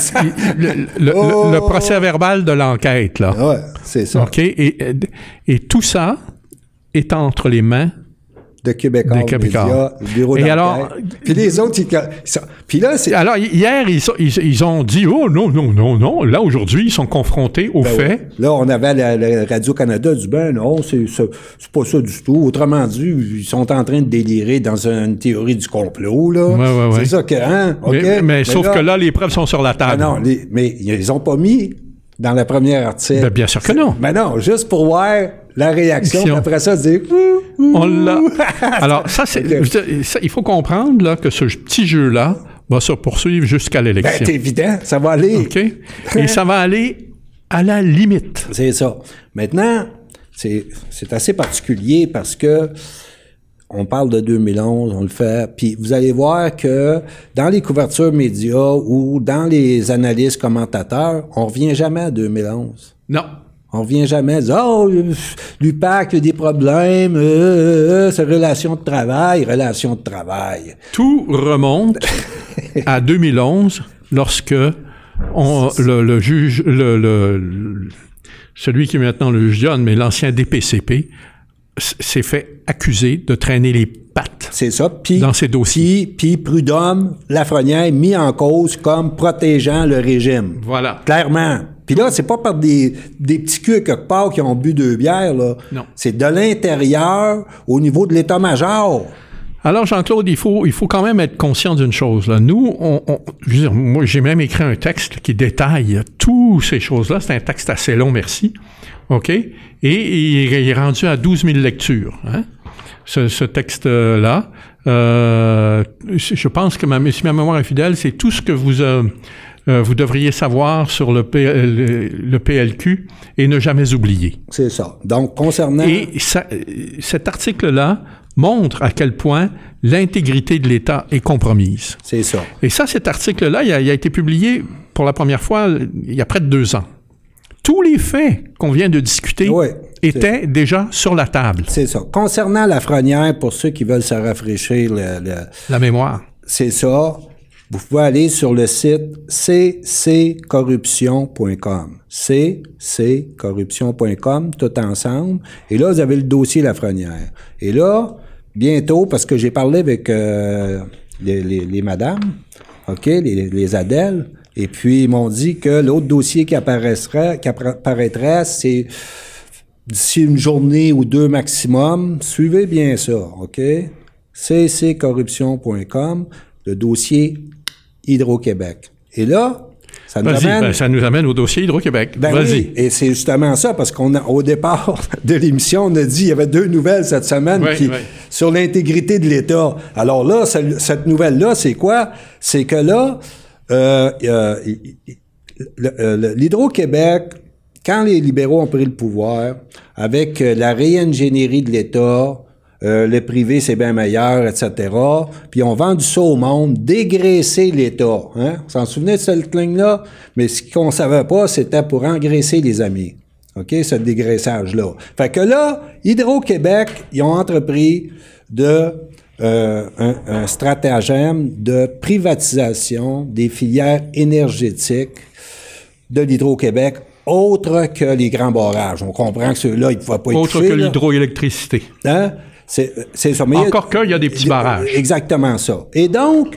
le procès-verbal de l'enquête, là. Ouais, c'est ça. OK? Et tout ça est entre les mains de Québécois, Média, le bureau d'enquête. Alors, puis les autres, puis là, c'est... Alors, hier, ils ont dit, oh non. Là, aujourd'hui, ils sont confrontés aux faits. Oui. Là, on avait la Radio-Canada du non, c'est pas ça du tout. Autrement dit, ils sont en train de délirer dans une théorie du complot, là. Ouais. C'est ça que, hein? OK. Mais sauf là, que là, les preuves sont sur la table. Non, mais ils ont pas mis dans la première article. Ben, bien sûr que non. Mais non, juste pour voir la réaction. Après ça, dire... On l'a. Alors, ça, il faut comprendre là, que ce petit jeu-là va se poursuivre jusqu'à l'élection. Ben, c'est évident, ça va aller. OK. Et ça va aller à la limite. C'est ça. Maintenant, c'est assez particulier parce que on parle de 2011, on le fait, puis vous allez voir que dans les couvertures médias ou dans les analyses commentateurs, on revient jamais à 2011. Non. On revient jamais à dire « Oh, l'UPAC a des problèmes, c'est relation de travail. » Tout remonte à 2011, lorsque le juge, celui qui est maintenant le juge Dionne, mais l'ancien DPCP, s'est fait accuser de traîner les pattes. C'est ça. Dans ces dossiers. Puis Prudhomme, Lafrenière, mis en cause comme protégeant le régime. Voilà. Clairement. Puis là, c'est pas par des petits culs quelque part qui ont bu 2 bières, là. Non. C'est de l'intérieur au niveau de l'état-major. Alors, Jean-Claude, il faut quand même être conscient d'une chose, là. Nous, je veux dire, moi, j'ai même écrit un texte qui détaille toutes ces choses-là. C'est un texte assez long, merci. OK? Et il est rendu à 12 000 lectures, hein? Ce texte-là. Je pense que si ma mémoire est fidèle, c'est tout ce que vous devriez savoir sur le PLQ et ne jamais oublier. C'est ça. Donc, concernant... Et cet article-là montre à quel point l'intégrité de l'État est compromise. C'est ça. Et ça, cet article-là, il a été publié pour la première fois il y a près de 2 ans. Tous les faits qu'on vient de discuter étaient déjà sur la table. C'est ça. Concernant Lafrenière, pour ceux qui veulent se rafraîchir la mémoire. C'est ça. Vous pouvez aller sur le site cccorruption.com. cccorruption.com, tout ensemble. Et là, vous avez le dossier Lafrenière. Et là, bientôt, parce que j'ai parlé avec les madames, OK, les Adèles, et puis ils m'ont dit que l'autre dossier qui apparaîtrait, c'est d'ici une journée ou 2 maximum. Suivez bien ça, OK? cccorruption.com, le dossier Hydro-Québec. Et là, ça nous amène au dossier Hydro-Québec. Vas-y. Oui, et c'est justement ça, parce qu'au départ de l'émission, on a dit qu'il y avait 2 nouvelles cette semaine sur l'intégrité de l'État. Alors là, cette nouvelle-là, c'est quoi? C'est que là, l'Hydro-Québec, quand les libéraux ont pris le pouvoir, avec la réingénierie de l'État, le privé, c'est bien meilleur, etc. Puis on vendu ça au monde, dégraisser l'État. Hein? Vous s'en souvenez de cette ligne-là? Mais ce qu'on savait pas, c'était pour engraisser les amis. OK? Ce dégraissage-là. Fait que là, Hydro-Québec, ils ont entrepris un stratagème de privatisation des filières énergétiques de l'Hydro-Québec, autre que les grands barrages. On comprend que ceux-là, ils ne pouvaient pas être touchés. Autre que l'hydroélectricité. Hein? C'est ça. Mais encore qu'il y a des petits barrages. Exactement ça. Et donc,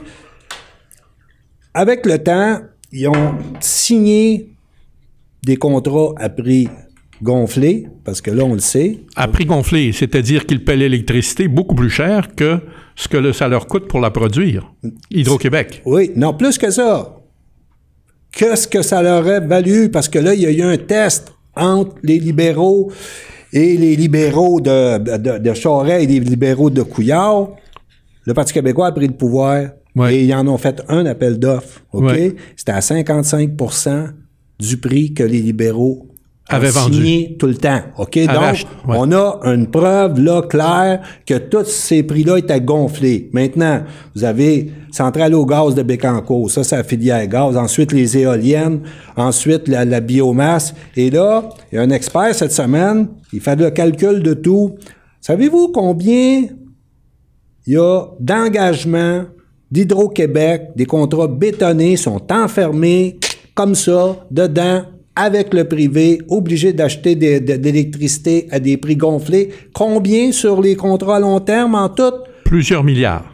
avec le temps, ils ont signé des contrats à prix gonflé, parce que là, on le sait. À prix gonflé, c'est-à-dire qu'ils paient l'électricité beaucoup plus cher que ce que ça leur coûte pour la produire. Hydro-Québec. Oui, non, plus que ça. Qu'est-ce que ça leur aurait valu? Parce que là, il y a eu un test entre les libéraux et les libéraux de Charest et les libéraux de Couillard. Le Parti québécois a pris le pouvoir et ils en ont fait un appel d'offres. OK? C'était à 55% du prix que les libéraux avaient signé tout le temps. OK? Donc, on a une preuve là claire que tous ces prix-là étaient gonflés. Maintenant, vous avez centrale au gaz de Bécancour, ça, c'est la filière gaz. Ensuite, les éoliennes. Ensuite, la biomasse. Et là, il y a un expert cette semaine, il fait le calcul de tout. Savez-vous combien il y a d'engagements d'Hydro-Québec, des contrats bétonnés sont enfermés comme ça, dedans, avec le privé, obligé d'acheter de l'électricité à des prix gonflés. Combien sur les contrats à long terme en tout? Plusieurs milliards.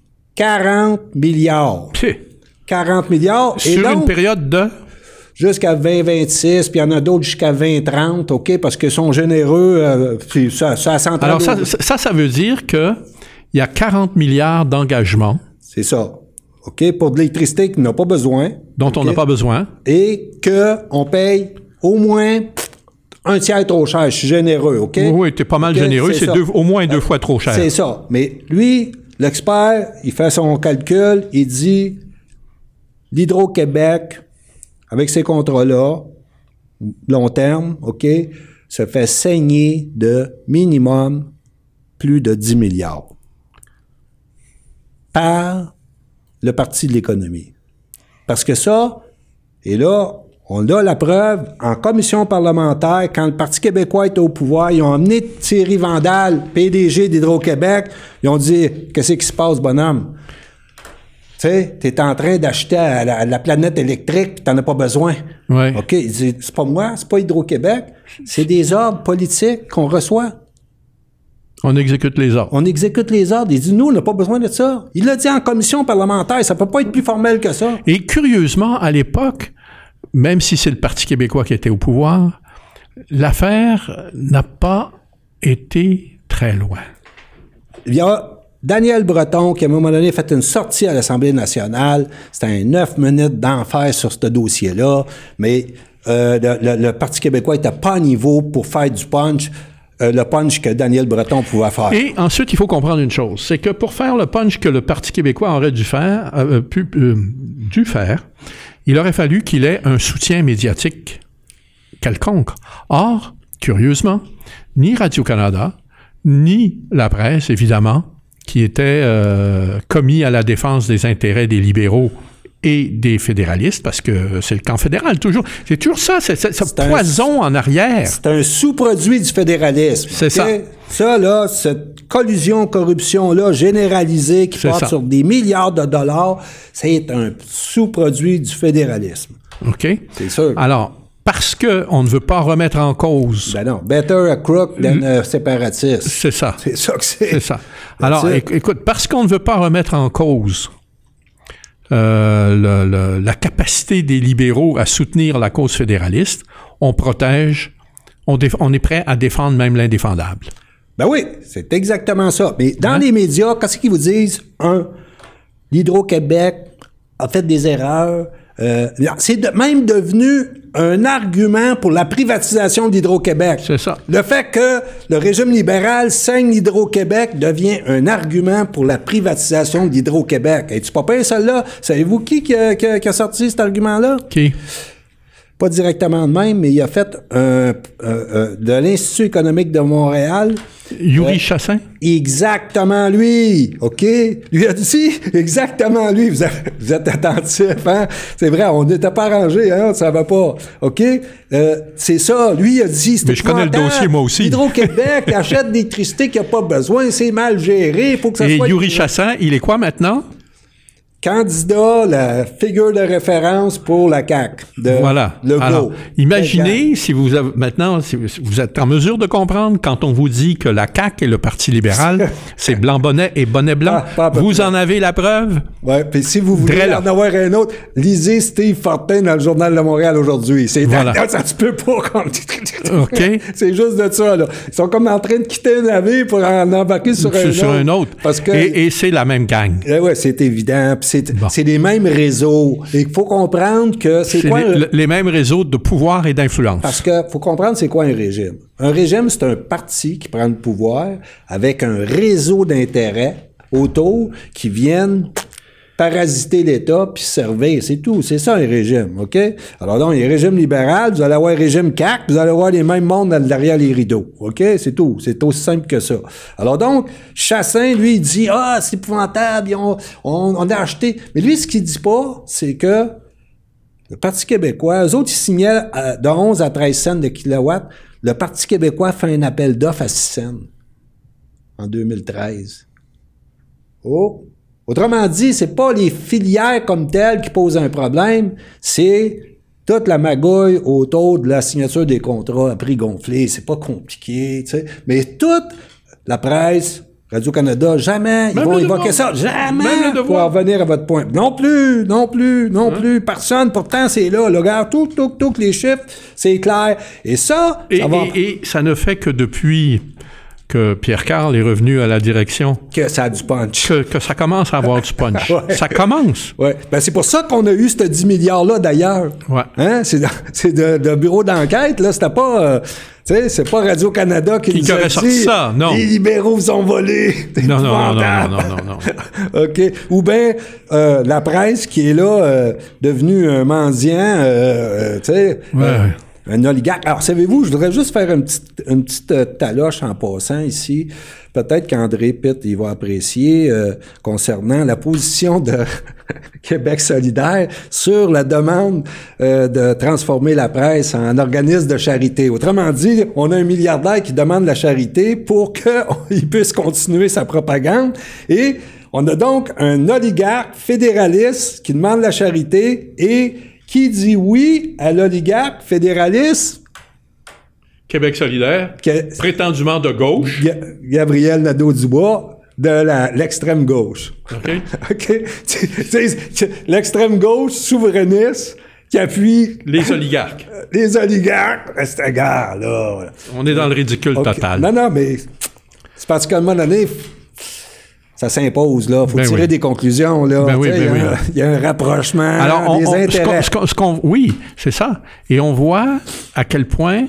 40 milliards. 40 milliards. Sur et donc, une période de? Jusqu'à 2026, puis il y en a d'autres jusqu'à 2030, OK, parce qu'ils sont généreux, puis ça centrale. Alors ça veut dire que il y a 40 milliards d'engagements. C'est ça. OK, pour de l'électricité qu'on n'a pas besoin. Dont on n'a pas besoin. Et qu'on paye au moins un tiers trop cher. Je suis généreux, OK? Oui, tu es pas mal généreux. C'est au moins 2 fois trop cher. C'est ça. Mais lui, l'expert, il fait son calcul, il dit l'Hydro-Québec, avec ces contrats-là, long terme, OK, se fait saigner de minimum plus de 10 milliards par le Parti de l'économie. Parce que ça, et là, on a la preuve, en commission parlementaire, quand le Parti québécois était au pouvoir, ils ont amené Thierry Vandal, PDG d'Hydro-Québec, ils ont dit « Qu'est-ce qui se passe, bonhomme? Tu sais, t'es en train d'acheter à la planète électrique, t'en as pas besoin. Ouais. » OK, il dit « C'est pas moi, c'est pas Hydro-Québec, c'est des ordres politiques qu'on reçoit. » On exécute les ordres. On exécute les ordres. Il dit, nous, on n'a pas besoin de ça. Il l'a dit en commission parlementaire. Ça peut pas être plus formel que ça. Et curieusement, à l'époque, même si c'est le Parti québécois qui était au pouvoir, l'affaire n'a pas été très loin. Il y a Daniel Breton qui, à un moment donné, a fait une sortie à l'Assemblée nationale. C'était un 9 minutes d'enfer sur ce dossier-là. Mais le Parti québécois n'était pas à niveau pour faire du punch. Le punch que Daniel Breton pouvait faire. Et ensuite, il faut comprendre une chose, c'est que pour faire le punch que le Parti québécois aurait dû faire, il aurait fallu qu'il ait un soutien médiatique quelconque. Or, curieusement, ni Radio-Canada, ni la presse, évidemment, qui était commis à la défense des intérêts des libéraux et des fédéralistes, parce que c'est le camp fédéral, toujours. C'est toujours ça, c'est poison en arrière. C'est un sous-produit du fédéralisme. C'est ça. Ça, là, cette corruption-là généralisée qui part sur des milliards de dollars, c'est un sous-produit du fédéralisme. OK. C'est sûr. Alors, parce qu'on ne veut pas remettre en cause... Ben non, better a crook than a séparatiste. C'est ça. C'est ça que c'est. C'est ça. Alors, écoute, parce qu'on ne veut pas remettre en cause la capacité des libéraux à soutenir la cause fédéraliste, on protège, on est prêt à défendre même l'indéfendable. Ben oui, c'est exactement ça. Mais dans les médias, qu'est-ce qu'ils vous disent? L'Hydro-Québec a fait des erreurs. C'est même devenu un argument pour la privatisation de l'Hydro-Québec. C'est ça. Le fait que le régime libéral saigne l'Hydro-Québec devient un argument pour la privatisation de l'Hydro-Québec. Es-tu pas payé celle-là? Savez-vous qui a sorti cet argument-là? Qui? Pas directement de même, mais il a fait de l'Institut économique de Montréal. Yuri Chassin? Exactement lui, OK? Lui a dit, exactement lui. Vous êtes attentifs, hein? C'est vrai, on n'était pas arrangés, hein? Ça va pas, OK? C'est ça, lui a dit... Mais je connais le dossier, moi aussi. Hydro-Québec achète d'électricité qu'il n'y a pas besoin, c'est mal géré, il faut que ça soit... Et Yuri Chassin, il est quoi maintenant? Candidat, la figure de référence pour la CAQ. Voilà. Alors, imaginez si vous avez, maintenant, si vous êtes en mesure de comprendre quand on vous dit que la CAQ et le Parti libéral, c'est blanc-bonnet et bonnet blanc. Vous en avez la preuve? Oui, puis si vous voulez en avoir un autre, lisez Steve Fortin dans le Journal de Montréal aujourd'hui. C'est ça tu peux pas. OK. C'est juste de ça, là. Ils sont comme en train de quitter un navire pour en embarquer sur un autre. Parce que, et c'est la même gang. Oui, c'est évident. C'est les mêmes réseaux. Et il faut comprendre que c'est quoi... les mêmes réseaux de pouvoir et d'influence. Parce que faut comprendre c'est quoi un régime. Un régime, c'est un parti qui prend le pouvoir avec un réseau d'intérêts autour qui viennent parasiter l'État puis servir. C'est tout. C'est ça, un régime. OK? Alors donc, il y a un régime libéral, vous allez avoir un régime CAQ, vous allez avoir les mêmes mondes derrière les rideaux. OK? C'est tout. C'est aussi simple que ça. Alors donc, Chassin, lui, il dit, c'est épouvantable, on a acheté. Mais lui, ce qu'il dit pas, c'est que le Parti québécois, eux autres, ils signaient de 11 à 13 cents de kilowatt. Le Parti québécois fait un appel d'offres à 6 cents en 2013. Oh! Autrement dit, c'est pas les filières comme telles qui posent un problème, c'est toute la magouille autour de la signature des contrats à prix gonflé. C'est pas compliqué, tu sais. Mais toute la presse, Radio-Canada, jamais ils vont évoquer ça. Jamais pour en revenir à votre point. Non plus. Personne. Pourtant, c'est là. Regarde, tout, les chiffres, c'est clair. Et ça, et ça ne fait que depuis... que Pierre Karl est revenu à la direction. Que ça a du punch. Que ça commence à avoir du punch. Ouais. Ça commence. Oui. Ben, c'est pour ça qu'on a eu ce 10 milliards-là, d'ailleurs. Ouais. Hein? C'est de bureau d'enquête, là. C'était pas... tu sais, c'est pas Radio-Canada qui nous a dit ça, non. Les libéraux vous ont volé. Non. OK. Ou bien la presse qui est là, devenue un mendiant, tu sais... Un oligarque. Alors, savez-vous, je voudrais juste faire une petite taloche en passant ici. Peut-être qu'André Pitt, il va apprécier concernant la position de Québec solidaire sur la demande de transformer la presse en organisme de charité. Autrement dit, on a un milliardaire qui demande la charité pour qu'il puisse continuer sa propagande. Et on a donc un oligarque fédéraliste qui demande la charité et qui dit oui à l'oligarque fédéraliste? Québec solidaire, prétendument de gauche. Gabriel Nadeau-Dubois, de l'extrême gauche. OK? L'extrême gauche souverainiste qui appuie... Les oligarques. Les oligarques. C'est un gars, là. On est dans le ridicule total. Non, mais c'est parce qu'à un moment donné... Ça s'impose, là. Faut tirer des conclusions, là. Il y a un rapprochement des intérêts. Oui, c'est ça. Et on voit à quel point,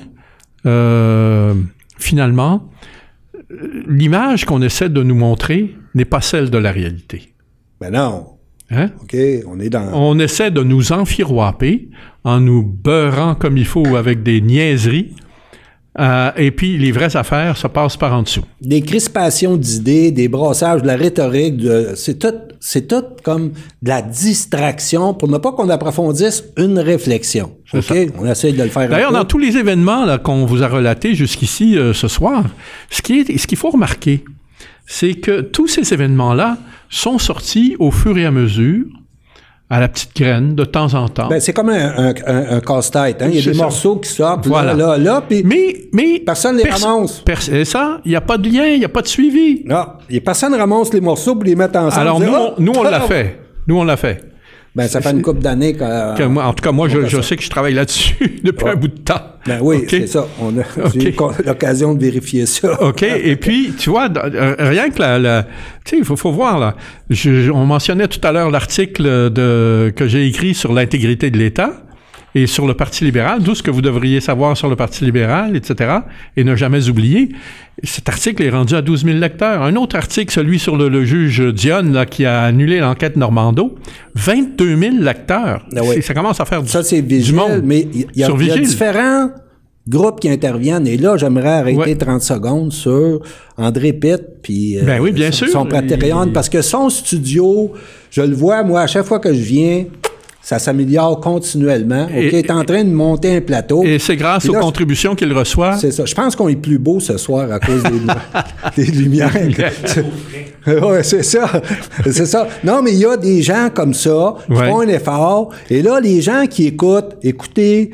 finalement, l'image qu'on essaie de nous montrer n'est pas celle de la réalité. Ben non. Hein? OK, on est dans... On essaie de nous enfiroiper en nous beurrant comme il faut avec des niaiseries, et puis les vraies affaires se passent par en dessous. Des crispations d'idées, des brassages, de la rhétorique, c'est tout comme de la distraction pour ne pas qu'on approfondisse une réflexion. OK? On essaie de le faire. D'ailleurs, dans tous les événements là, qu'on vous a relatés jusqu'ici ce soir, ce qu'il faut remarquer, c'est que tous ces événements-là sont sortis au fur et à mesure, à la petite graine, de temps en temps. Ben, c'est comme un casse-tête. Hein? Il y a des morceaux qui sortent là, puis mais personne ne les ramasse. Et ça, il n'y a pas de lien, il n'y a pas de suivi. Non, personne ne ramasse les morceaux pour les mettre ensemble. Alors, nous, on l'a fait. Nous, on l'a fait. Ben, ça fait une couple d'années en tout cas, moi, je sais que je travaille là-dessus depuis un bout de temps. Ben oui, c'est ça. J'ai eu l'occasion de vérifier ça. OK. Et puis, tu vois, rien que tu sais, il faut voir, là. On mentionnait tout à l'heure l'article que j'ai écrit sur l'intégrité de l'État et sur le Parti libéral, tout ce que vous devriez savoir sur le Parti libéral, etc., et ne jamais oublier. Cet article est rendu à 12 000 lecteurs. Un autre article, celui sur le juge Dionne, là, qui a annulé l'enquête Normando, 22 000 lecteurs. Ah oui. Ça commence à faire du monde. Mais il y a différents groupes qui interviennent. Et là, j'aimerais arrêter 30 secondes sur André Pitt, puis oui, bien sûr. Son Patreon, parce que son studio, je le vois, moi, à chaque fois que je viens, ça s'améliore continuellement. Il est en train de monter un plateau. Et c'est grâce aux contributions qu'il reçoit. C'est ça. Je pense qu'on est plus beau ce soir à cause des lumières. Oui, c'est ça. C'est ça. Non, mais il y a des gens comme ça qui font un effort. Et là, les gens qui écoutez,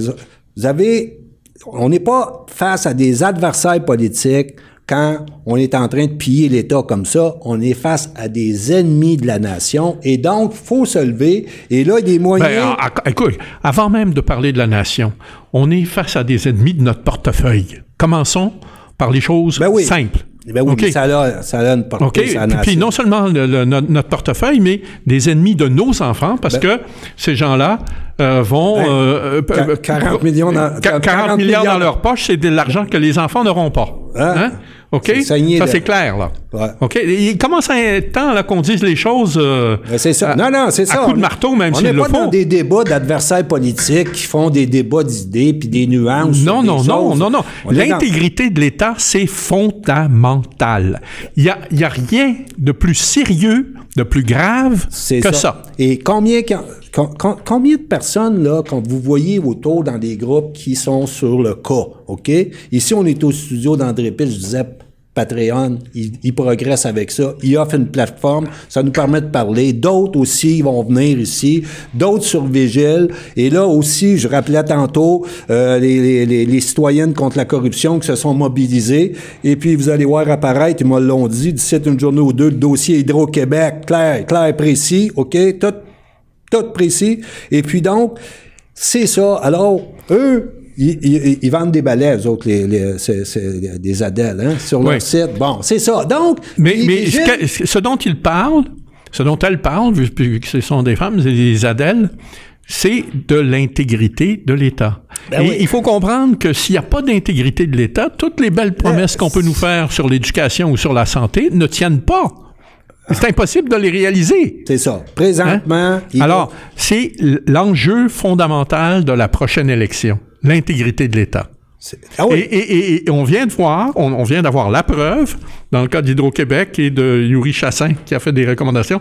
on n'est pas face à des adversaires politiques. Quand on est en train de piller l'État comme ça, on est face à des ennemis de la nation. Et donc, il faut se lever. Et là, il y a des moyens... écoute, avant même de parler de la nation, on est face à des ennemis de notre portefeuille. Commençons par les choses simples. Ben oui, ça a une portée sur la nation. Puis non seulement notre portefeueuille, mais des ennemis de nos enfants, parce que ces gens-là vont... 40 millions dans leur poche, c'est de l'argent que les enfants n'auront pas. Hein? OK? Ça, c'est clair, là. Ouais. OK? Il commence à être temps là, qu'on dise les choses c'est ça. Non, c'est ça. À coup de marteau, même s'ils le font. On n'est pas dans des débats d'adversaires politiques qui font des débats d'idées puis des nuances. Non. L'intégrité de l'État, c'est fondamental. Il y a rien de plus sérieux, de plus grave que ça. Et combien de personnes, là, quand vous voyez autour dans des groupes qui sont sur le cas, OK? Ici, on est au studio d'André Pitt, je disais, Patreon, il progresse avec ça. Il offre une plateforme, ça nous permet de parler. D'autres aussi vont venir ici, d'autres sur Vigile. Et là aussi, je rappelais tantôt les citoyennes contre la corruption qui se sont mobilisées. Et puis, vous allez voir apparaître, ils me l'ont dit, d'ici une journée ou deux, le dossier Hydro-Québec, clair, précis, OK? Tout précis. Et puis donc, c'est ça. Alors, eux... Ils vendent des balais, eux autres, c'est des Adèles, hein, sur leur site. Bon, c'est ça. Donc... Mais ce dont elles parlent, vu que ce sont des femmes, des Adèles, c'est de l'intégrité de l'État. Il faut comprendre que s'il n'y a pas d'intégrité de l'État, toutes les belles promesses qu'on peut nous faire sur l'éducation ou sur la santé ne tiennent pas. C'est impossible de les réaliser. C'est ça. Présentement... Alors, c'est l'enjeu fondamental de la prochaine élection. L'intégrité de l'État. Et on vient de voir, on vient d'avoir la preuve, dans le cas d'Hydro-Québec et de Yuri Chassin, qui a fait des recommandations,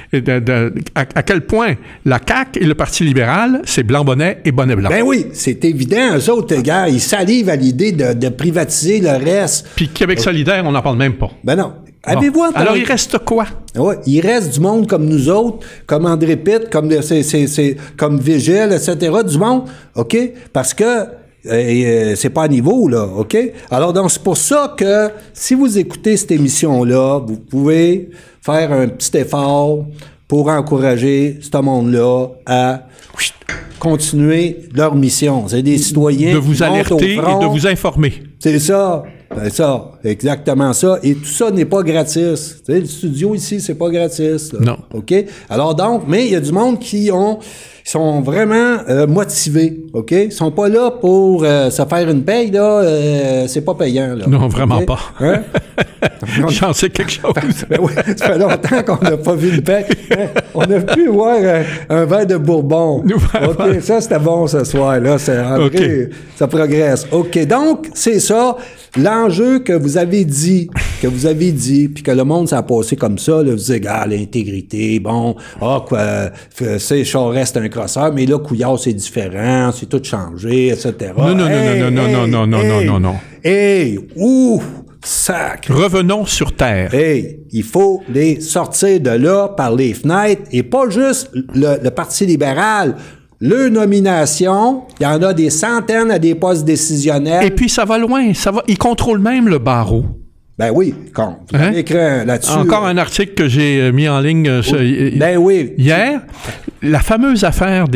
à quel point la CAQ et le Parti libéral, c'est blanc-bonnet et bonnet-blanc. Ben oui, c'est évident. Eux autres, gars, ils salivent à l'idée de privatiser le reste. Puis Québec solidaire, on n'en parle même pas. Ben non. Avez-vous entendu? Alors, il reste quoi? Oui, il reste du monde comme nous autres, comme André Pitt, comme Vigile, etc., du monde, OK? Parce que c'est pas à niveau, là, OK? Alors, donc, c'est pour ça que si vous écoutez cette émission-là, vous pouvez faire un petit effort pour encourager ce monde-là à continuer leur mission. C'est des citoyens de vous alerter et de vous informer. C'est ça. C'est ça. exactement ça. Et tout ça n'est pas gratis. Tu sais, le studio ici, c'est pas gratis. Là. Non. OK? Alors donc, mais il y a du monde qui sont vraiment motivés, OK? Ils sont pas là pour se faire une paye, là. C'est pas payant, là. Non, vraiment pas. Hein? J'en sais quelque chose. Ben oui, ça fait longtemps qu'on n'a pas vu une paye. Hein? On a pu voir un verre de Bourbon. OK, ça, c'était bon ce soir, là. C'est André, ça progresse. OK, donc, c'est ça. L'enjeu que vous avez dit, puis que le monde s'est passé comme ça, là, vous dites, l'intégrité, bon, c'est Charest, un crosseur, mais là, Couillard, c'est différent, c'est tout changé, etc. Non. Hey, sacre. Revenons sur terre. Hey, il faut les sortir de là par les fenêtres, et pas juste le Parti libéral. Le nomination, il y en a des centaines à des postes décisionnels. Et puis ça va loin, ils contrôlent même le barreau. Ben oui, vous avez écrit là-dessus. Encore un article que j'ai mis en ligne hier. La fameuse affaire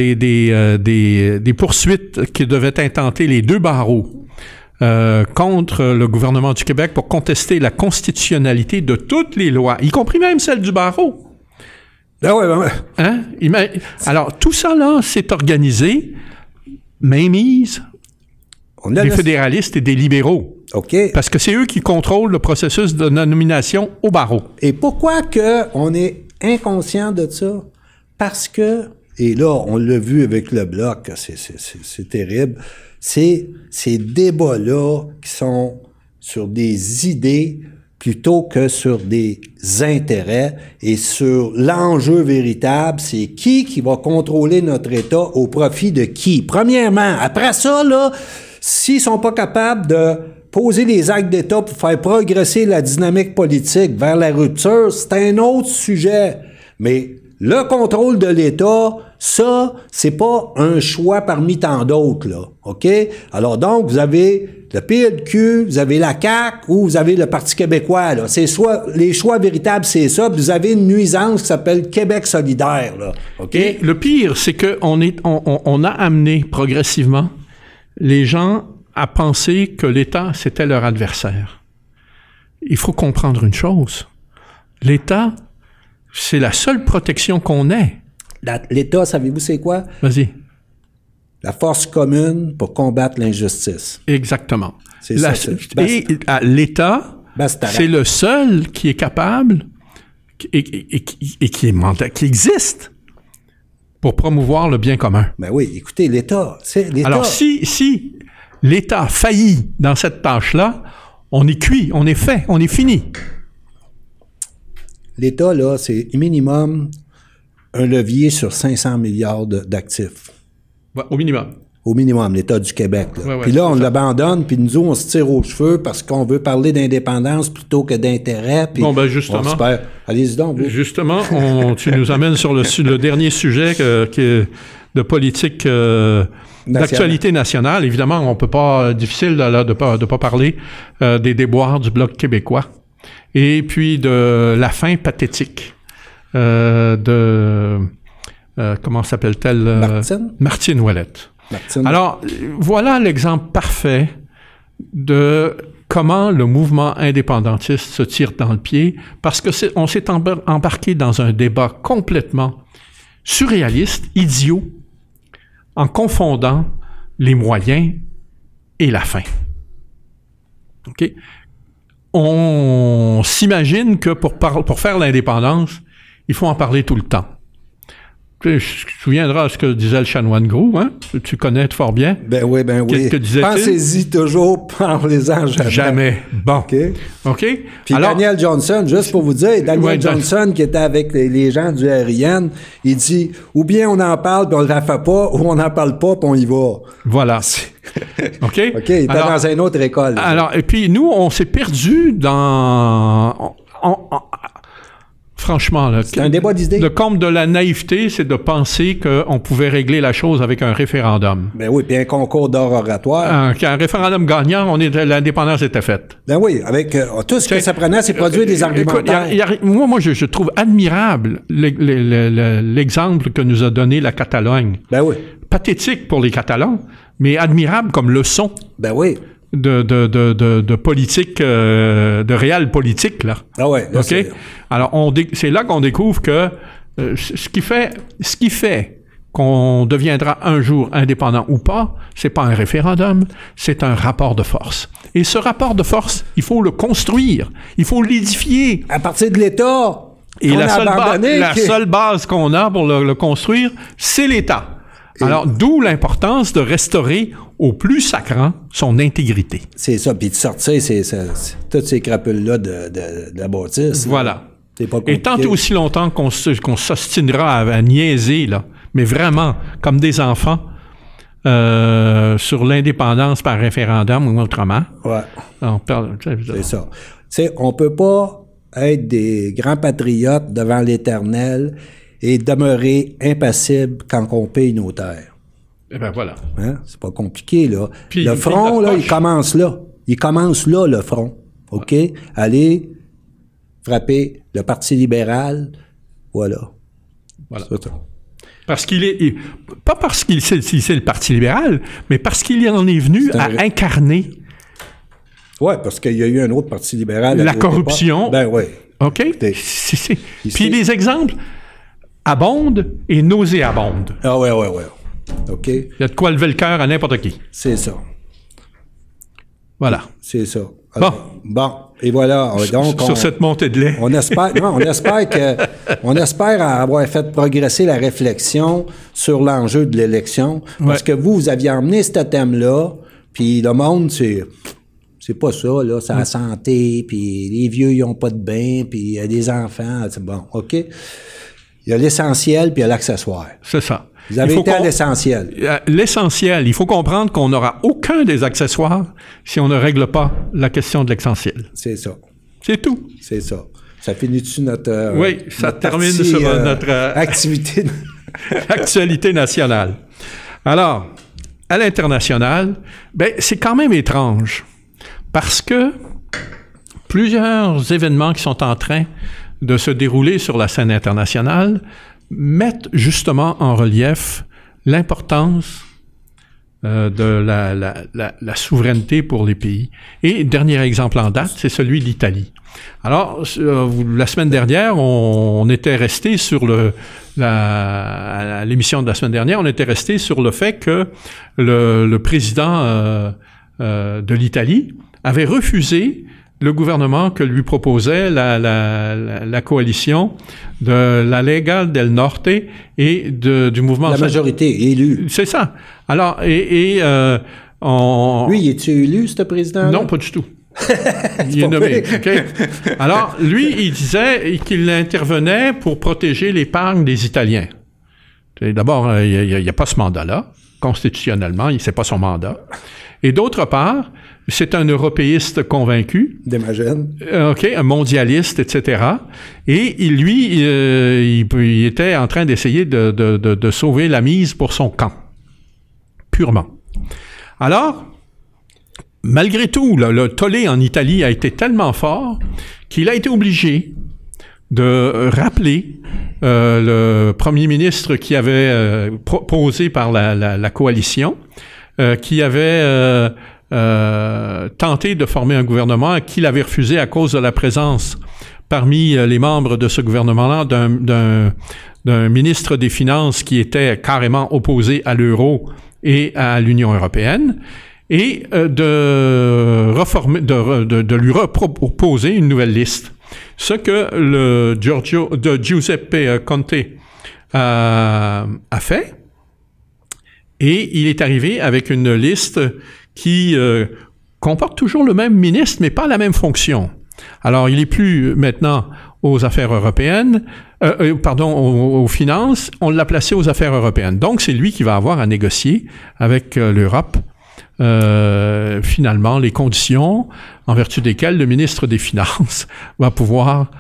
des poursuites qui devaient intenter les deux barreaux contre le gouvernement du Québec pour contester la constitutionnalité de toutes les lois, y compris même celle du barreau. Ben oui. Hein? Alors, tout ça, là, c'est organisé, mainmise des fédéralistes et des libéraux. OK. Parce que c'est eux qui contrôlent le processus de nomination au barreau. Et pourquoi on est inconscient de ça? Parce que, et là, on l'a vu avec le Bloc, c'est terrible, c'est ces débats-là qui sont sur des idées plutôt que sur des intérêts et sur l'enjeu véritable, c'est qui va contrôler notre État au profit de qui? Premièrement, après ça, là, s'ils sont pas capables de poser les actes d'État pour faire progresser la dynamique politique vers la rupture, c'est un autre sujet. Mais le contrôle de l'État, ça, c'est pas un choix parmi tant d'autres, là. OK? Alors donc, vous avez le PLQ, vous avez la CAQ ou vous avez le Parti québécois, là. C'est soit, les choix véritables, c'est ça. Puis vous avez une nuisance qui s'appelle Québec solidaire, là. OK? Et le pire, c'est qu'on a amené progressivement les gens à penser que l'État, c'était leur adversaire. Il faut comprendre une chose. L'État, c'est la seule protection qu'on ait. L'État, savez-vous c'est quoi? Vas-y. La force commune pour combattre l'injustice. Exactement. C'est ça. Et l'État, c'est le seul qui est capable et qui existe pour promouvoir le bien commun. Ben oui, écoutez, l'État... Alors, si l'État faillit dans cette tâche-là, on est cuit, on est fait, on est fini. L'État, là, c'est minimum un levier sur 500 milliards d'actifs. Ouais, au minimum. Au minimum, l'État du Québec. Là. Ouais, puis là, on l'abandonne, puis nous, on se tire aux cheveux parce qu'on veut parler d'indépendance plutôt que d'intérêt. Puis bon, ben justement. On se perd. Allez-y donc, vous. Justement, tu nous amènes sur le dernier sujet qui est de politique d'actualité nationale. Évidemment, on peut pas... difficile là, de pas parler des déboires du Bloc québécois. Et puis de la fin pathétique comment s'appelle-t-elle? Martine Ouellette. Alors, voilà l'exemple parfait de comment le mouvement indépendantiste se tire dans le pied, parce que on s'est embarqué dans un débat complètement surréaliste, idiot, en confondant les moyens et la fin. OK? On s'imagine que pour faire l'indépendance, il faut en parler tout le temps. Tu te souviendras de ce que disait le chanoine Groulx, hein? Tu connais fort bien. Ben oui. Qu'est-ce que disait-il? Pensez-y toujours, parlez-en jamais. Jamais. Bon. OK. Puis alors, Daniel Johnson, juste pour vous dire, Daniel Johnson qui était avec les gens du RIN, il dit, ou bien on en parle puis on ne la fait pas, ou on n'en parle pas puis on y va. Voilà. OK? Il était dans une autre école. Alors, et puis nous, on s'est perdus dans... Franchement, là, c'est un débat d'idées. Le comble de la naïveté, c'est de penser qu'on pouvait régler la chose avec un référendum. Ben oui, puis un concours d'or oratoire. Un référendum gagnant, l'indépendance était faite. Ben oui, avec tout ce que ça prenait, c'est produire des argumentaires. Moi, je trouve admirable l'exemple que nous a donné la Catalogne. Ben oui. Pathétique pour les Catalans, mais admirable comme leçon. Ben oui. de politique, de réel politique, là. Ah ouais. Là, OK? Alors, c'est là qu'on découvre que ce qui fait qu'on deviendra un jour indépendant ou pas, c'est pas un référendum, c'est un rapport de force. Et ce rapport de force, il faut le construire, il faut l'édifier. À partir de l'État. Et la seule base qu'on a pour le construire, c'est l'État. Alors, d'où l'importance de restaurer au plus sacrant son intégrité. C'est ça, puis de sortir toutes ces crapules-là de la bâtisse. Voilà. C'est pas compliqué. Et tant et aussi longtemps qu'on s'ostinera à niaiser, là, mais vraiment, comme des enfants, sur l'indépendance par référendum ou autrement. Ouais. C'est ça. Tu sais, on peut pas être des grands patriotes devant l'Éternel et demeurer impassible quand on paye nos terres. Eh bien, voilà. Hein? C'est pas compliqué, là. Puis, le front, là, il commence là. Il commence là, le front. OK? Ouais. Allez frapper le Parti libéral. Voilà. C'est ça. Parce qu'il est... Pas parce qu'il c'est le Parti libéral, mais parce qu'il en est venu à incarner... Oui, parce qu'il y a eu un autre Parti libéral. La corruption. Ben oui. OK? Puis les exemples abondent et nauséabondent. Ah ouais. OK. Il y a de quoi lever le cœur à n'importe qui. C'est ça. Voilà. C'est ça. Alors, bon. Et voilà. Donc, sur cette montée de lait. On espère avoir fait progresser la réflexion sur l'enjeu de l'élection. Parce que vous aviez emmené ce thème-là, puis le monde, c'est pas ça, là. C'est la santé, puis les vieux, ils ont pas de bain, puis il y a des enfants. C'est bon, OK? Il y a l'essentiel, puis il y a l'accessoire. C'est ça. Vous avez été à l'essentiel. L'essentiel, il faut comprendre qu'on n'aura aucun des accessoires si on ne règle pas la question de l'essentiel. C'est ça. C'est tout. C'est ça. Ça finit-tu notre... oui, ça termine sur notre... activité. Actualité nationale. Alors, à l'international, c'est quand même étrange parce que plusieurs événements qui sont en train de se dérouler sur la scène internationale mettent justement en relief l'importance de la souveraineté pour les pays. Et dernier exemple en date, c'est celui de l'Italie. Alors, la semaine dernière, on était resté sur à l'émission de la semaine dernière, on était resté sur le fait que le président de l'Italie avait refusé le gouvernement que lui proposait la coalition de la Lega del Norte et du mouvement... La majorité élue. C'est ça. Alors, Lui, il est-tu élu, ce président-là? Non, pas du tout. Il est nommé. Okay? Alors, lui, il disait qu'il intervenait pour protéger l'épargne des Italiens. D'abord, il n'y a pas ce mandat-là. Constitutionnellement, c'est pas son mandat. Et d'autre part, c'est un européiste convaincu. D'Imagine. OK, un mondialiste, etc. Et il était en train d'essayer de sauver la mise pour son camp. Purement. Alors, malgré tout, le tollé en Italie a été tellement fort qu'il a été obligé de rappeler le premier ministre qui avait proposé par la coalition, qui avait tenté de former un gouvernement et qu'il avait refusé à cause de la présence parmi les membres de ce gouvernement-là d'un ministre des Finances qui était carrément opposé à l'euro et à l'Union européenne, et de lui reproposer une nouvelle liste. Ce que Giuseppe Conte a fait, et il est arrivé avec une liste qui comporte toujours le même ministre, mais pas la même fonction. Alors, il n'est plus maintenant aux affaires européennes, aux finances, on l'a placé aux affaires européennes. Donc, c'est lui qui va avoir à négocier avec l'Europe, finalement, les conditions en vertu desquelles le ministre des Finances va pouvoir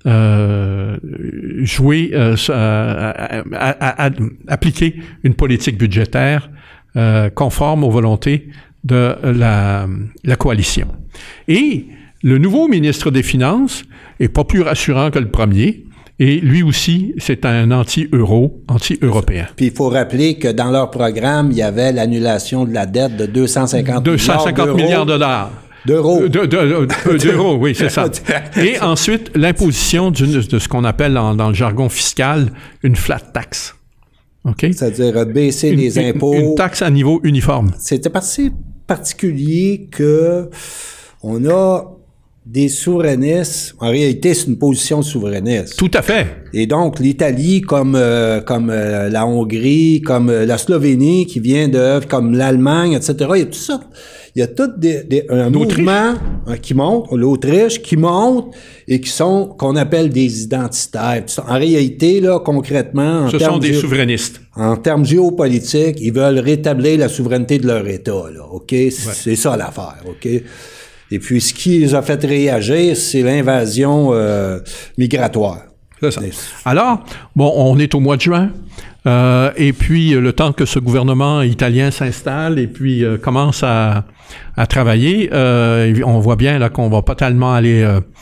appliquer une politique budgétaire conforme aux volontés de la coalition. Et le nouveau ministre des Finances est pas plus rassurant que le premier. Et lui aussi, c'est un anti-euro, anti-européen. Puis il faut rappeler que dans leur programme, il y avait l'annulation de la dette de 250 milliards de dollars. D'euros. D'euros, oui, c'est ça. Et ensuite, l'imposition de ce qu'on appelle dans le jargon fiscal une flat tax. OK? C'est-à-dire baisser les impôts. Une taxe à niveau uniforme. C'était assez particulier que on a des souverainistes. En réalité, c'est une position souverainiste. Tout à fait. Et donc, l'Italie, comme la Hongrie, comme la Slovénie, qui vient comme l'Allemagne, etc., il y a tout ça. Il y a tout un mouvement qui monte, l'Autriche, qui monte et qu'on appelle des identitaires. En réalité, là, concrètement... Ce sont des souverainistes. En termes géopolitiques, ils veulent rétablir la souveraineté de leur État, là, OK? C'est ça l'affaire, OK? Et puis, ce qui les a fait réagir, c'est l'invasion migratoire. C'est ça. Alors, bon, on est au mois de juin. Et puis, le temps que ce gouvernement italien s'installe et puis commence à travailler, on voit bien là qu'on va pas tellement aller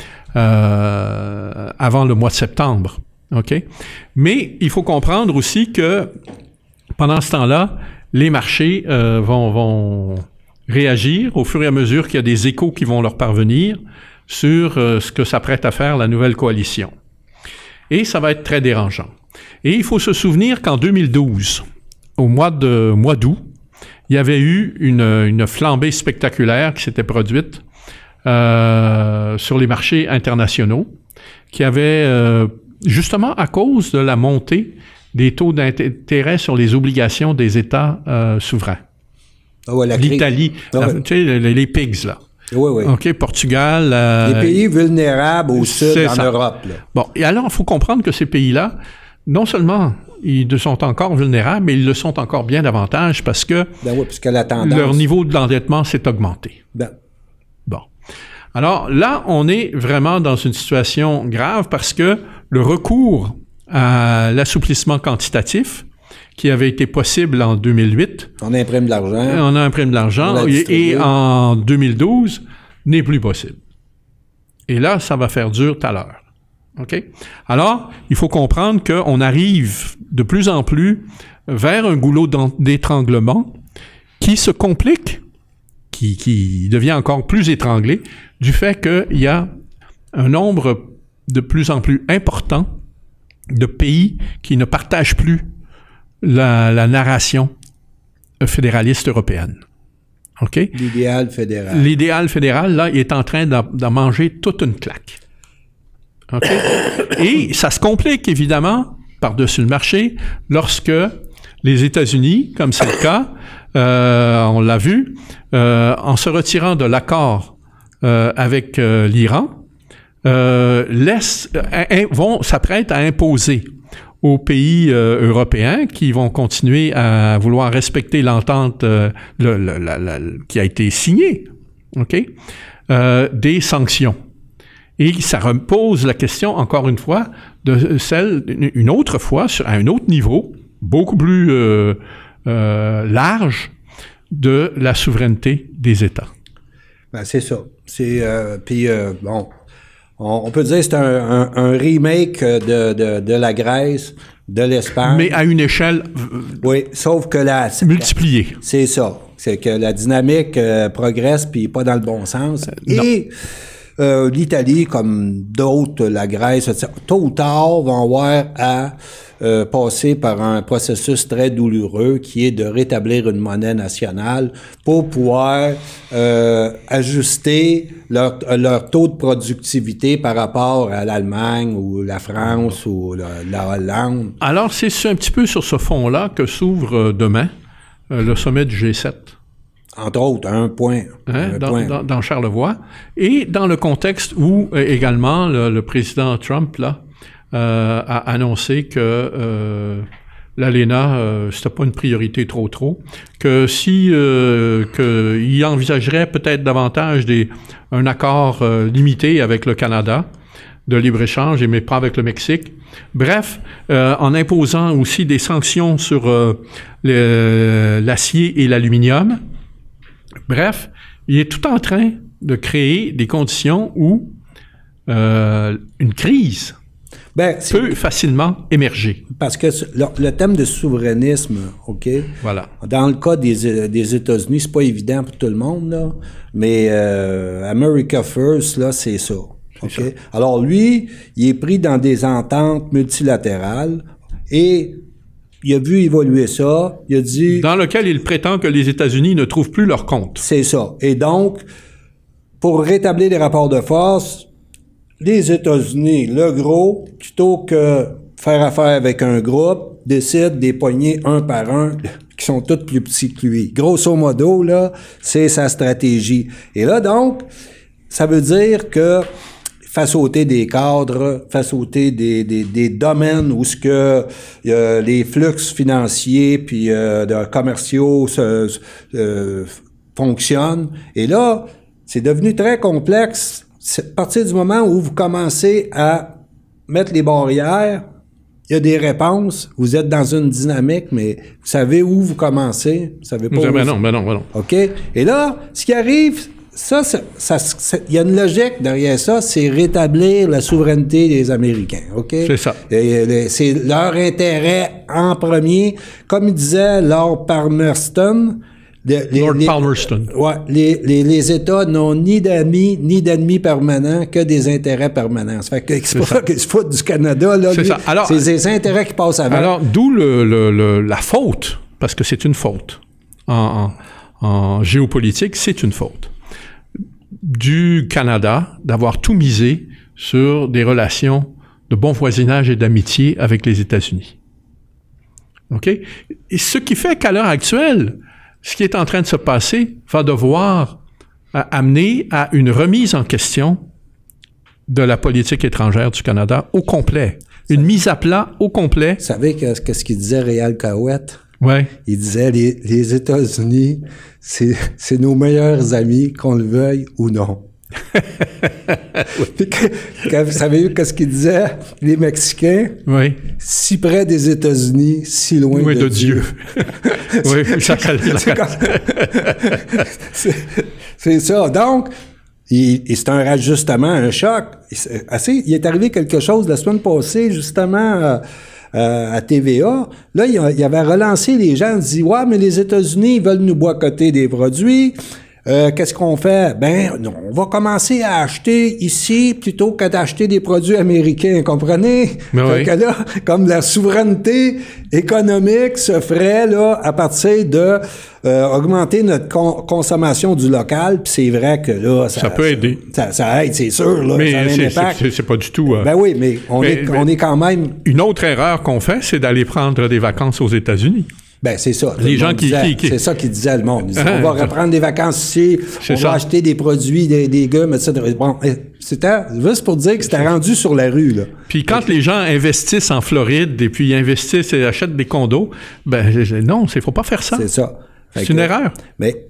avant le mois de septembre. OK? Mais il faut comprendre aussi que pendant ce temps-là, les marchés vont réagir au fur et à mesure qu'il y a des échos qui vont leur parvenir sur ce que s'apprête à faire la nouvelle coalition. Et ça va être très dérangeant. Et il faut se souvenir qu'en 2012, au mois d'août, il y avait eu une flambée spectaculaire qui s'était produite sur les marchés internationaux, qui avait, justement à cause de la montée des taux d'intérêt sur les obligations des États souverains. Ah ouais, l'Italie, tu sais, les PIGS, là. Oui, oui. OK, Portugal. Les pays vulnérables au sud, en Europe. Là. Bon, et alors, il faut comprendre que ces pays-là, non seulement ils sont encore vulnérables, mais ils le sont encore bien davantage parce que, puisque la tendance... leur niveau de l'endettement s'est augmenté. Bon. Alors là, on est vraiment dans une situation grave parce que le recours à l'assouplissement quantitatif qui avait été possible en 2008. On imprime de l'argent. On imprime de l'argent et en 2012 n'est plus possible. Et là, ça va faire dur tout à l'heure. OK? Alors, il faut comprendre qu'on arrive de plus en plus vers un goulot d'étranglement qui se complique, qui devient encore plus étranglé du fait qu'il y a un nombre de plus en plus important de pays qui ne partagent plus la narration fédéraliste européenne. OK? L'idéal fédéral. L'idéal fédéral, là, il est en train d'en manger toute une claque. OK? Et ça se complique, évidemment, par-dessus le marché, lorsque les États-Unis, comme c'est le cas, on l'a vu, en se retirant de l'accord avec l'Iran, s'apprêtent à imposer aux pays européens qui vont continuer à vouloir respecter l'entente qui a été signée, OK? Des sanctions. Et ça repose la question, encore une fois, une autre fois, à un autre niveau, beaucoup plus large, de la souveraineté des États. Ben, c'est ça. Bon... On peut dire que c'est un remake de la Grèce, de l'Espagne. Mais à une échelle... Oui, sauf que multipliée. C'est ça. C'est que la dynamique progresse puis pas dans le bon sens. Et l'Italie, comme d'autres, la Grèce, etc., tôt ou tard, vont avoir à passer par un processus très douloureux qui est de rétablir une monnaie nationale pour pouvoir ajuster leur taux de productivité par rapport à l'Allemagne ou la France ou la Hollande. Alors, c'est un petit peu sur ce fond-là que s'ouvre demain le sommet du G7. Entre autres, un point. Dans Charlevoix. Et dans le contexte où également le président Trump, là, a annoncé que l'ALENA, c'était pas une priorité trop, que qu'il envisagerait peut-être davantage un accord limité avec le Canada de libre-échange, mais pas avec le Mexique. Bref, en imposant aussi des sanctions sur l'acier et l'aluminium. Bref, il est tout en train de créer des conditions où une crise peut facilement émerger. Parce que le thème de souverainisme, OK? Voilà. Dans le cas des États-Unis, c'est pas évident pour tout le monde, là, mais America First, là, c'est ça. OK? Alors lui, il est pris dans des ententes multilatérales et il a vu évoluer ça. Il a dit... Dans lequel il prétend que les États-Unis ne trouvent plus leur compte. C'est ça. Et donc, pour rétablir les rapports de force, les États-Unis, le gros, plutôt que faire affaire avec un groupe, décident de les pogner un par un, qui sont tous plus petits que lui. Grosso modo, là, c'est sa stratégie. Et là, donc, ça veut dire que fait sauter des cadres, fait sauter des domaines où ce que les flux financiers puis de commerciaux fonctionnent. Et là, c'est devenu très complexe. C'est à partir du moment où vous commencez à mettre les barrières, il y a des réponses. Vous êtes dans une dynamique, mais vous savez où vous commencez. Vous savez pas où... Ben non. OK? Et là, ce qui arrive... il y a une logique derrière ça, c'est rétablir la souveraineté des Américains, OK? C'est ça. Et c'est leur intérêt en premier. Comme il disait Lord Palmerston... Palmerston. Ouais, les États n'ont ni d'amis, ni d'ennemis permanents, que des intérêts permanents. Ça fait que c'est pour ça qu'ils se foutent du Canada, là. C'est ça. Alors, c'est des intérêts qui passent avant. Alors, d'où la faute, parce que c'est une faute. En géopolitique, c'est une faute du Canada d'avoir tout misé sur des relations de bon voisinage et d'amitié avec les États-Unis. OK? Et ce qui fait qu'à l'heure actuelle, ce qui est en train de se passer va devoir amener à une remise en question de la politique étrangère du Canada au complet. Une mise à plat au complet. Vous savez ce qu'il disait Réal Cahouette? Ouais. Il disait, les États-Unis, c'est nos meilleurs amis, qu'on le veuille ou non. Vous savez qu'est-ce qu'il disait? Les Mexicains, oui. Si près des États-Unis, si loin de Dieu. Oui, c'est ça. Donc, c'est un rajustement, un choc. Il est arrivé quelque chose la semaine passée, justement... à TVA, là, il avait relancé les gens, il dit « Ouais, mais les États-Unis, ils veulent nous boycotter des produits. Qu'est-ce qu'on fait? Ben, non, on va commencer à acheter ici plutôt que d'acheter des produits américains, comprenez? Fait que là, comme la souveraineté économique se ferait, là, à partir de augmenter notre consommation du local, puis c'est vrai que là... Ça peut aider. Ça aide, c'est sûr, là. Mais ça a un impact. C'est pas du tout... Ben oui, mais on est quand même... Une autre erreur qu'on fait, c'est d'aller prendre des vacances aux États-Unis. Ben, c'est ça. Les gens qui... C'est ça qu'ils disaient, le monde. Ils disaient, on va reprendre des vacances ici, va acheter des produits, des légumes, etc. Bon, c'était juste pour dire que c'était rendu sur la rue, là. Puis quand les gens investissent en Floride et puis ils investissent et achètent des condos, ben non, faut pas faire ça. C'est ça. C'est une erreur. Mais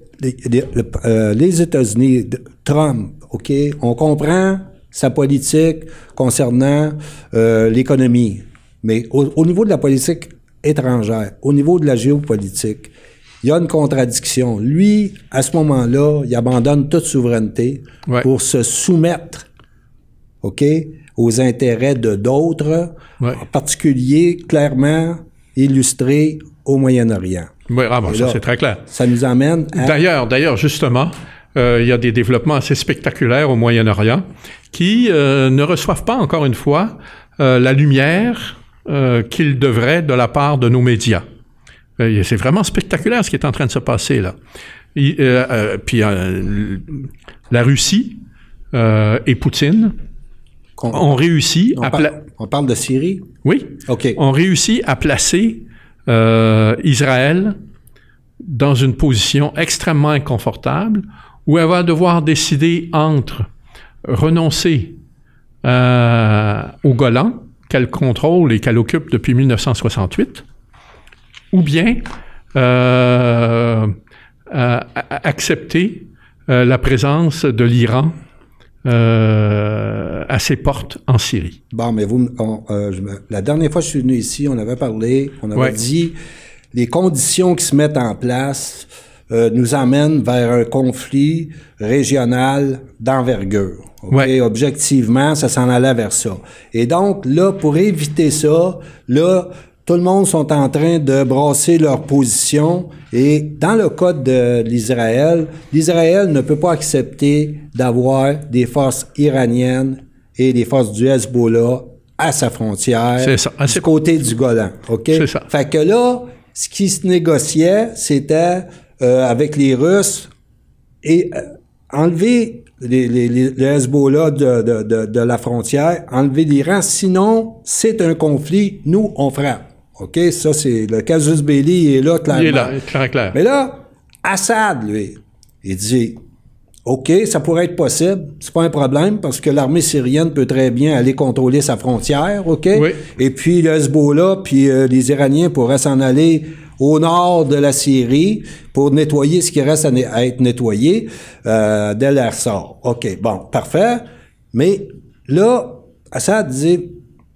les États-Unis, Trump, OK, on comprend sa politique concernant l'économie. Mais au niveau de la politique étrangère, au niveau de la géopolitique, il y a une contradiction. Lui, à ce moment-là, il abandonne toute souveraineté pour se soumettre, OK, aux intérêts de d'autres, en particulier, clairement illustrés au Moyen-Orient. Oui, ça, c'est très clair. Ça nous amène à... D'ailleurs, justement, il y a des développements assez spectaculaires au Moyen-Orient qui ne reçoivent pas, encore une fois, la lumière qu'ils devraient de la part de nos médias. C'est vraiment spectaculaire ce qui est en train de se passer là. Puis la Russie et Poutine ont réussi On parle de Syrie? Oui. OK. Ont réussi à placer Israël dans une position extrêmement inconfortable où elle va devoir décider entre renoncer au Golan, qu'elle contrôle et qu'elle occupe depuis 1968, ou bien accepter la présence de l'Iran à ses portes en Syrie. Bon, mais la dernière fois que je suis venu ici, on avait parlé, on avait dit les conditions qui se mettent en place nous amène vers un conflit régional d'envergure. Okay? Ouais. Objectivement, ça s'en allait vers ça. Et donc, là, pour éviter ça, là, tout le monde sont en train de brasser leur position. Et dans le cas de l'Israël ne peut pas accepter d'avoir des forces iraniennes et des forces du Hezbollah à sa frontière, c'est ça. du côté du Golan. OK? C'est ça. Fait que là, ce qui se négociait, c'était avec les Russes et enlever le Hezbollah de la frontière, enlever l'Iran. Sinon, c'est un conflit, nous, on frappe. OK? Ça, c'est le casus belli est là, clairement. Il est là, clair. Mais là, Assad, lui, il dit... OK, ça pourrait être possible. C'est pas un problème parce que l'armée syrienne peut très bien aller contrôler sa frontière, OK? Oui. Et puis le Hezbollah puis les Iraniens pourraient s'en aller au nord de la Syrie pour nettoyer ce qui reste à être nettoyé dès leur sort. OK, bon, parfait. Mais là, Assad dit,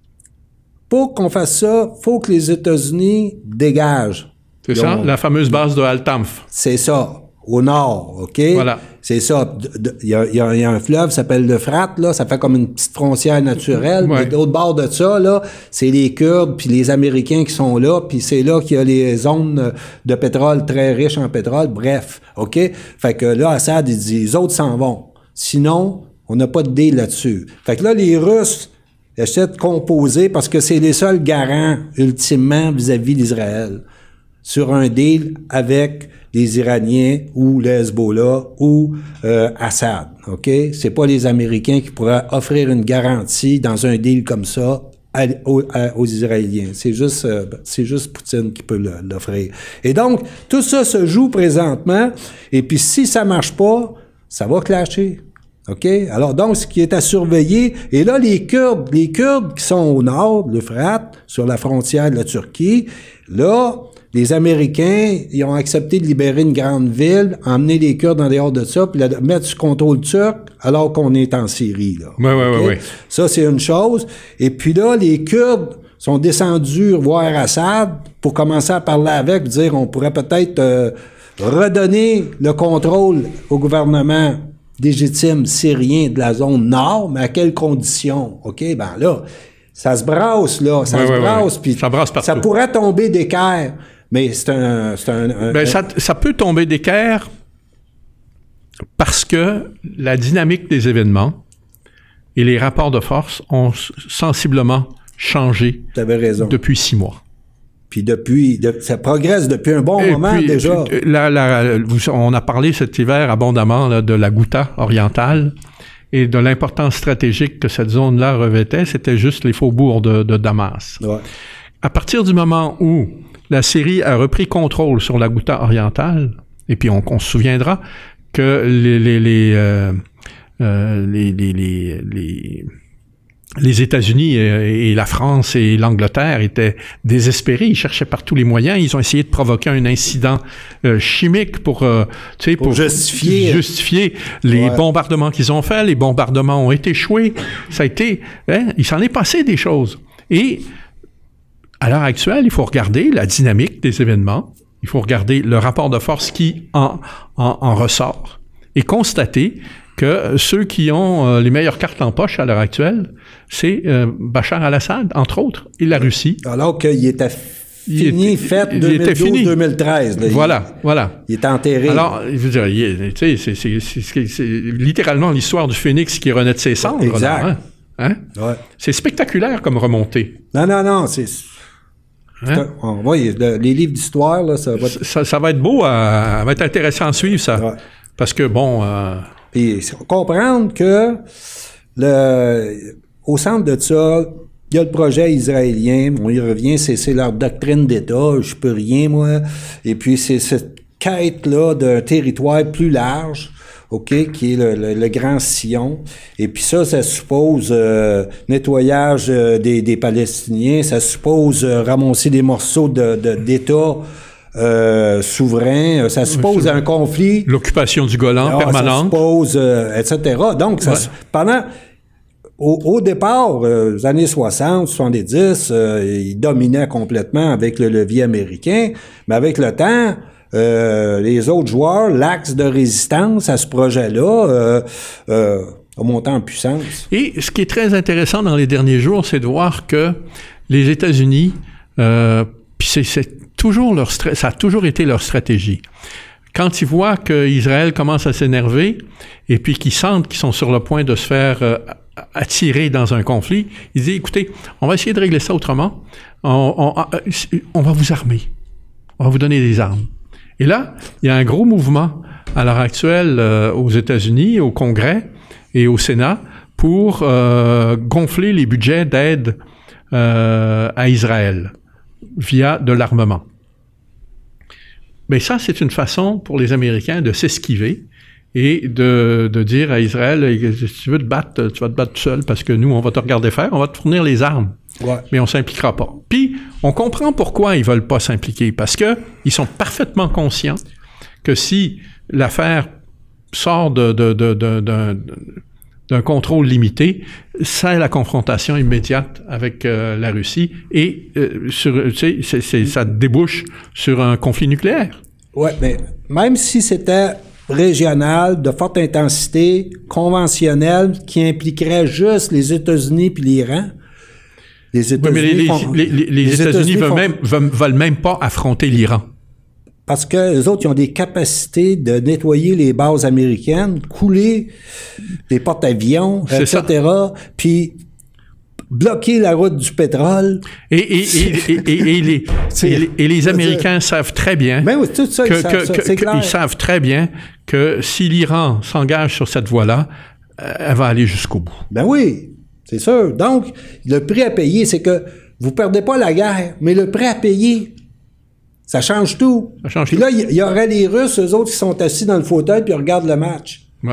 pour qu'on fasse ça, faut que les États-Unis dégagent. C'est ça, la fameuse base de Al-Tanf. C'est ça, au nord, OK? Voilà. C'est ça. Il y a un fleuve qui s'appelle l'Euphrate, là. Ça fait comme une petite frontière naturelle. Ouais. Mais de l'autre bord de ça, là, c'est les Kurdes puis les Américains qui sont là. Puis c'est là qu'il y a les zones de pétrole très riches en pétrole. Bref, OK? Fait que là, Assad, il dit, les autres s'en vont. Sinon, on n'a pas de deal là-dessus. Fait que là, les Russes essaient de composer parce que c'est les seuls garants, ultimement, vis-à-vis d'Israël, sur un deal avec les Iraniens ou le Hezbollah ou Assad, OK? C'est pas les Américains qui pourraient offrir une garantie dans un deal comme ça aux Israéliens. C'est juste Poutine qui peut l'offrir. Et donc, tout ça se joue présentement, et puis si ça marche pas, ça va clasher. OK? Alors, donc, ce qui est à surveiller, et là, les Kurdes qui sont au nord, l'Euphrate, sur la frontière de la Turquie, là, les Américains, ils ont accepté de libérer une grande ville, emmener les Kurdes en dehors de ça, puis mettre sous contrôle turc, alors qu'on est en Syrie, là. Oui. Ça, c'est une chose. Et puis là, les Kurdes sont descendus voir Assad pour commencer à parler avec, dire on pourrait peut-être redonner le contrôle au gouvernement légitime syrien de la zone nord, mais à quelles conditions? OK, ben là, ça se brasse, là. Ça se brasse, puis ça brasse partout. Ça pourrait tomber d'équerre. Mais c'est un ça peut tomber d'équerre parce que la dynamique des événements et les rapports de force ont sensiblement changé depuis 6 mois. Puis ça progresse depuis un bon moment déjà. On a parlé cet hiver abondamment là, de la Ghouta orientale et de l'importance stratégique que cette zone-là revêtait. C'était juste les faubourgs de Damas. Ouais. À partir du moment où la Syrie a repris contrôle sur la Ghouta orientale, et puis on se souviendra que les États-Unis et la France et l'Angleterre étaient désespérés. Ils cherchaient par tous les moyens. Ils ont essayé de provoquer un incident chimique pour justifier les bombardements qu'ils ont faits. Les bombardements ont échoué. Ça a été... il s'en est passé des choses. Et à l'heure actuelle, il faut regarder la dynamique des événements. Il faut regarder le rapport de force qui en ressort et constater que ceux qui ont les meilleures cartes en poche à l'heure actuelle, c'est Bachar al-Assad, entre autres, et la Russie. Alors qu'il était fini, fait 2012-2013. Voilà. Il est enterré. Alors, je veux dire, c'est littéralement l'histoire du phénix qui renaît de ses cendres. Exact. Là, hein? Ouais. C'est spectaculaire comme remontée. Non, c'est... Hein? On voit, les livres d'histoire, là, ça va... Ça va être beau, ça va être intéressant à suivre, ça. Ouais. Parce que, bon... Puis, comprendre que au centre de ça, il y a le projet israélien, on y revient, c'est leur doctrine d'État, je peux rien, moi. Et puis, c'est cette quête-là d'un territoire plus large, OK, qui est le Grand Sion. Et puis ça suppose nettoyage des Palestiniens, ça suppose ramasser des morceaux d'État souverain, ça suppose un conflit. L'occupation du Golan permanente. Ça suppose, etc. Donc, pendant... Au départ, les années 60, 70, ils dominaient complètement avec le levier américain, mais avec le temps, les autres joueurs, l'axe de résistance à ce projet-là a monté en puissance. Et ce qui est très intéressant dans les derniers jours, c'est de voir que les États-Unis, puis c'est toujours ça a toujours été leur stratégie. Quand ils voient qu'Israël commence à s'énerver et puis qu'ils sentent qu'ils sont sur le point de se faire attirer dans un conflit, ils disent, écoutez, on va essayer de régler ça autrement. On va vous armer. On va vous donner des armes. Et là, il y a un gros mouvement à l'heure actuelle aux États-Unis, au Congrès et au Sénat pour gonfler les budgets d'aide à Israël via de l'armement. Mais ça, c'est une façon pour les Américains de s'esquiver et de dire à Israël, si tu veux te battre, tu vas te battre tout seul parce que nous, on va te regarder faire, on va te fournir les armes. Ouais. Mais on s'impliquera pas. Puis, on comprend pourquoi ils veulent pas s'impliquer, parce que ils sont parfaitement conscients que si l'affaire sort d'un contrôle limité, c'est la confrontation immédiate avec la Russie et ça débouche sur un conflit nucléaire. Oui, mais même si c'était régional, de forte intensité, conventionnel, qui impliquerait juste les États-Unis puis l'Iran, les États-Unis les États-Unis veulent même pas affronter l'Iran. Parce que les autres, ils ont des capacités de nettoyer les bases américaines, couler des porte-avions, etc., puis bloquer la route du pétrole. Et les Américains savent très bien ils savent très bien que si l'Iran s'engage sur cette voie-là, elle va aller jusqu'au bout. Ben oui, c'est sûr. Donc, le prix à payer, c'est que vous perdez pas la guerre, mais le prix à payer, ça change tout. Puis là, il y aurait les Russes, eux autres, qui sont assis dans le fauteuil puis ils regardent le match. Ouais.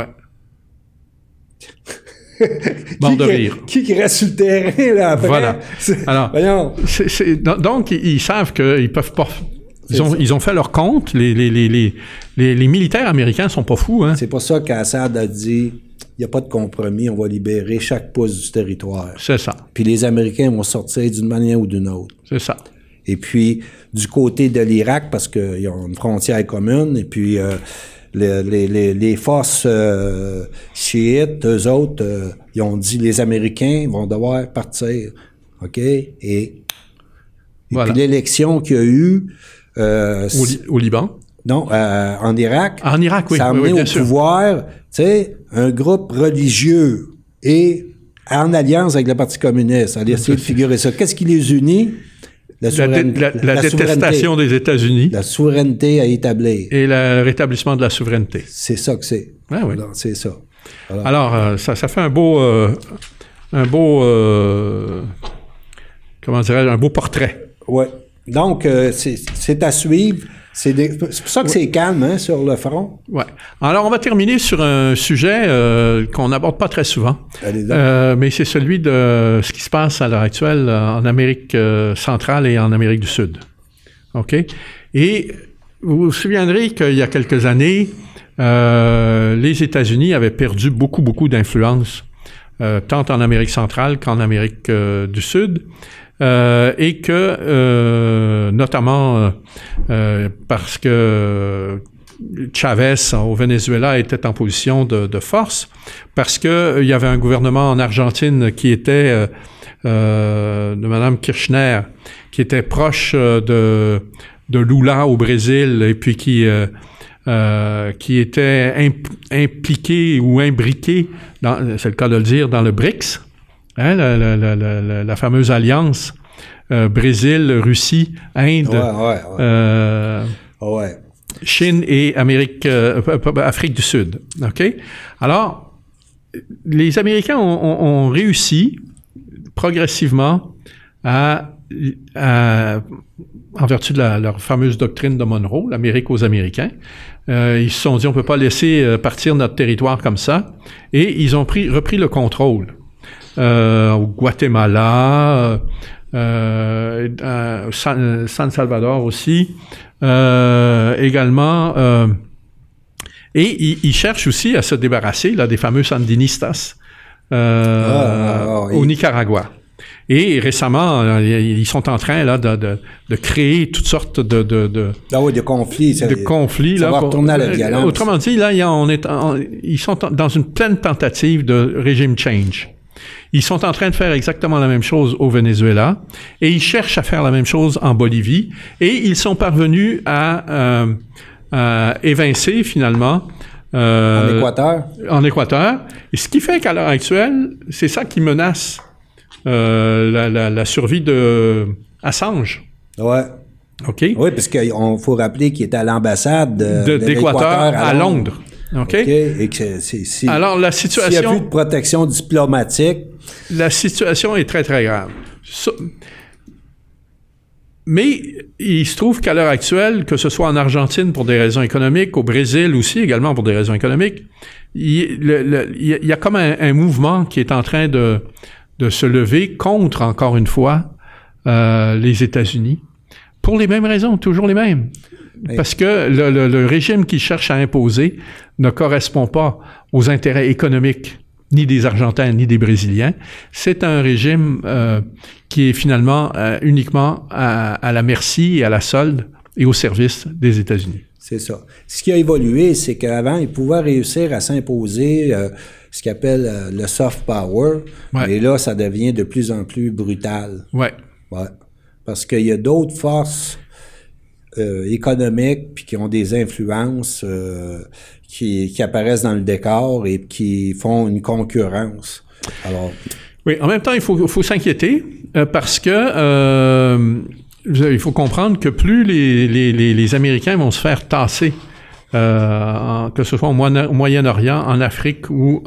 Bord de rire. Qui reste sur le terrain, là, après? Voilà. Alors, donc, ils savent qu'ils peuvent pas... Ils ont fait leur compte. Les militaires américains sont pas fous, hein. C'est pour ça qu'Assad a dit, il n'y a pas de compromis, on va libérer chaque pouce du territoire. C'est ça. Puis les Américains vont sortir d'une manière ou d'une autre. C'est ça. Et puis, du côté de l'Irak, parce qu'ils ont une frontière commune, et puis les forces chiites, eux autres, ils ont dit les Américains vont devoir partir. OK? Et voilà. Puis l'élection qu'il y a eu... au Liban? Non, en Irak. En Irak, oui. Ça a amené au pouvoir, tu sais, un groupe religieux et en alliance avec le Parti communiste. Allez essayer de figurer ça. Qu'est-ce qui les unit? La détestation des États-Unis. La souveraineté à établir. Et le rétablissement de la souveraineté. C'est ça que c'est. Ah oui. Alors, c'est ça. Alors, ça fait un beau comment dirais-je, un beau portrait. Oui. Donc, c'est à suivre. C'est pour ça que c'est calme, hein, sur le front. Oui. Alors, on va terminer sur un sujet qu'on n'aborde pas très souvent. Mais c'est celui de ce qui se passe à l'heure actuelle en Amérique centrale et en Amérique du Sud. OK? Et vous vous souviendrez qu'il y a quelques années, les États-Unis avaient perdu beaucoup d'influence, tant en Amérique centrale qu'en Amérique du Sud. Et que, notamment parce que Chavez au Venezuela était en position de force, parce que il y avait un gouvernement en Argentine qui était de Mme Kirchner, qui était proche de Lula au Brésil, et puis qui était impliqué ou imbriqué, c'est le cas de le dire, dans le BRICS. Hein, la fameuse alliance Brésil, Russie, Inde, Chine et Afrique du Sud. OK? Alors, les Américains ont réussi progressivement en vertu de leur fameuse doctrine de Monroe, l'Amérique aux Américains, ils se sont dit on peut pas laisser partir notre territoire comme ça, et ils ont repris le contrôle. Au Guatemala, San Salvador aussi, également. Et ils cherchent aussi à se débarrasser là, des fameux sandinistas au Nicaragua. Et récemment, ils sont en train là de créer toutes sortes de conflits. De conflits. Ça va retourner à la violence. Autrement dit, là, ils sont dans une pleine tentative de régime change. Ils sont en train de faire exactement la même chose au Venezuela et ils cherchent à faire la même chose en Bolivie et ils sont parvenus à évincer finalement en Équateur. Et ce qui fait qu'à l'heure actuelle, c'est ça qui menace la survie de Assange. Ouais. OK? Oui, parce qu'il faut rappeler qu'il était à l'ambassade d'Équateur à Londres. OK? Et que alors, la situation... S'il n'y a plus de protection diplomatique... La situation est très, très grave. Mais il se trouve qu'à l'heure actuelle, que ce soit en Argentine pour des raisons économiques, au Brésil aussi également pour des raisons économiques, il y a comme un mouvement qui est en train de se lever contre, encore une fois, les États-Unis. Pour les mêmes raisons, toujours les mêmes. Oui. Parce que le régime qu'ils cherchent à imposer ne correspond pas aux intérêts économiques ni des Argentins ni des Brésiliens. C'est un régime qui est finalement uniquement à la merci et à la solde et au service des États-Unis. C'est ça. Ce qui a évolué, c'est qu'avant, ils pouvaient réussir à s'imposer ce qu'ils appellent le soft power, mais là, ça devient de plus en plus brutal. Ouais. Parce qu'il y a d'autres forces économiques puis qui ont des influences qui apparaissent dans le décor et qui font une concurrence. Alors, oui, en même temps, il faut s'inquiéter parce que il faut comprendre que plus les Américains vont se faire tasser, que ce soit au Moyen-Orient, en Afrique ou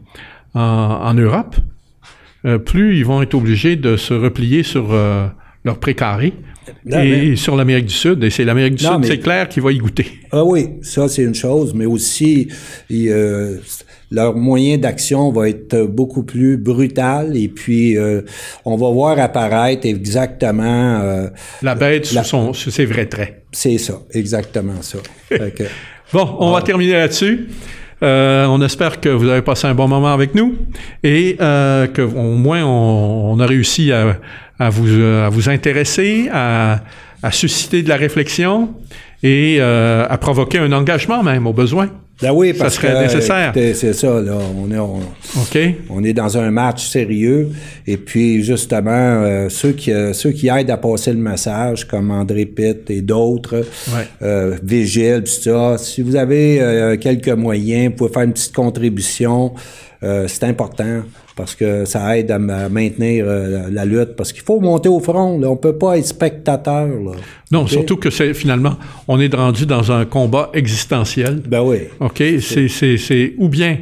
en Europe, plus ils vont être obligés de se replier sur leur précaré. Et sur l'Amérique du Sud, et c'est l'Amérique du Sud, c'est clair qu'il va y goûter. Ah oui, ça c'est une chose, mais aussi leur moyen d'action va être beaucoup plus brutal et puis on va voir apparaître exactement... la bête sur ses vrais traits. C'est ça, exactement ça. Okay. Bon, on va terminer là-dessus. On espère que vous avez passé un bon moment avec nous et que au moins on a réussi à vous intéresser, à susciter de la réflexion et à provoquer un engagement même au besoin. Ben oui, parce ça serait nécessaire. C'est ça, là. On est dans un match sérieux. Et puis, justement, ceux qui aident à passer le message, comme André Pitt et d'autres, Vigile, tout ça, si vous avez quelques moyens, vous pouvez faire une petite contribution. C'est important parce que ça aide à maintenir la lutte. Parce qu'il faut monter au front. Là. On peut pas être spectateur. Là. Non, surtout que on est rendu dans un combat existentiel. Ben oui. OK? C'est ou bien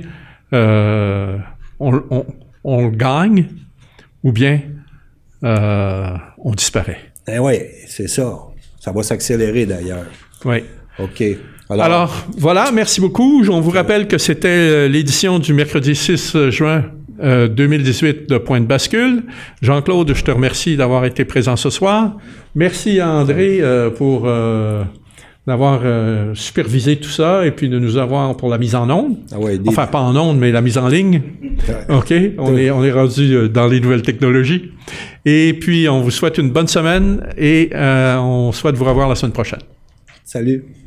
on le gagne, ou bien on disparaît. Ben oui, c'est ça. Ça va s'accélérer d'ailleurs. Oui. OK. Alors, voilà, merci beaucoup. On vous rappelle que c'était l'édition du mercredi 6 juin 2018 de Point de bascule. Jean-Claude, je te remercie d'avoir été présent ce soir. Merci à André pour d'avoir supervisé tout ça et puis de nous avoir pour la mise en onde. Enfin, pas en onde, mais la mise en ligne. OK? On est rendu dans les nouvelles technologies. Et puis, on vous souhaite une bonne semaine et on souhaite vous revoir la semaine prochaine. Salut.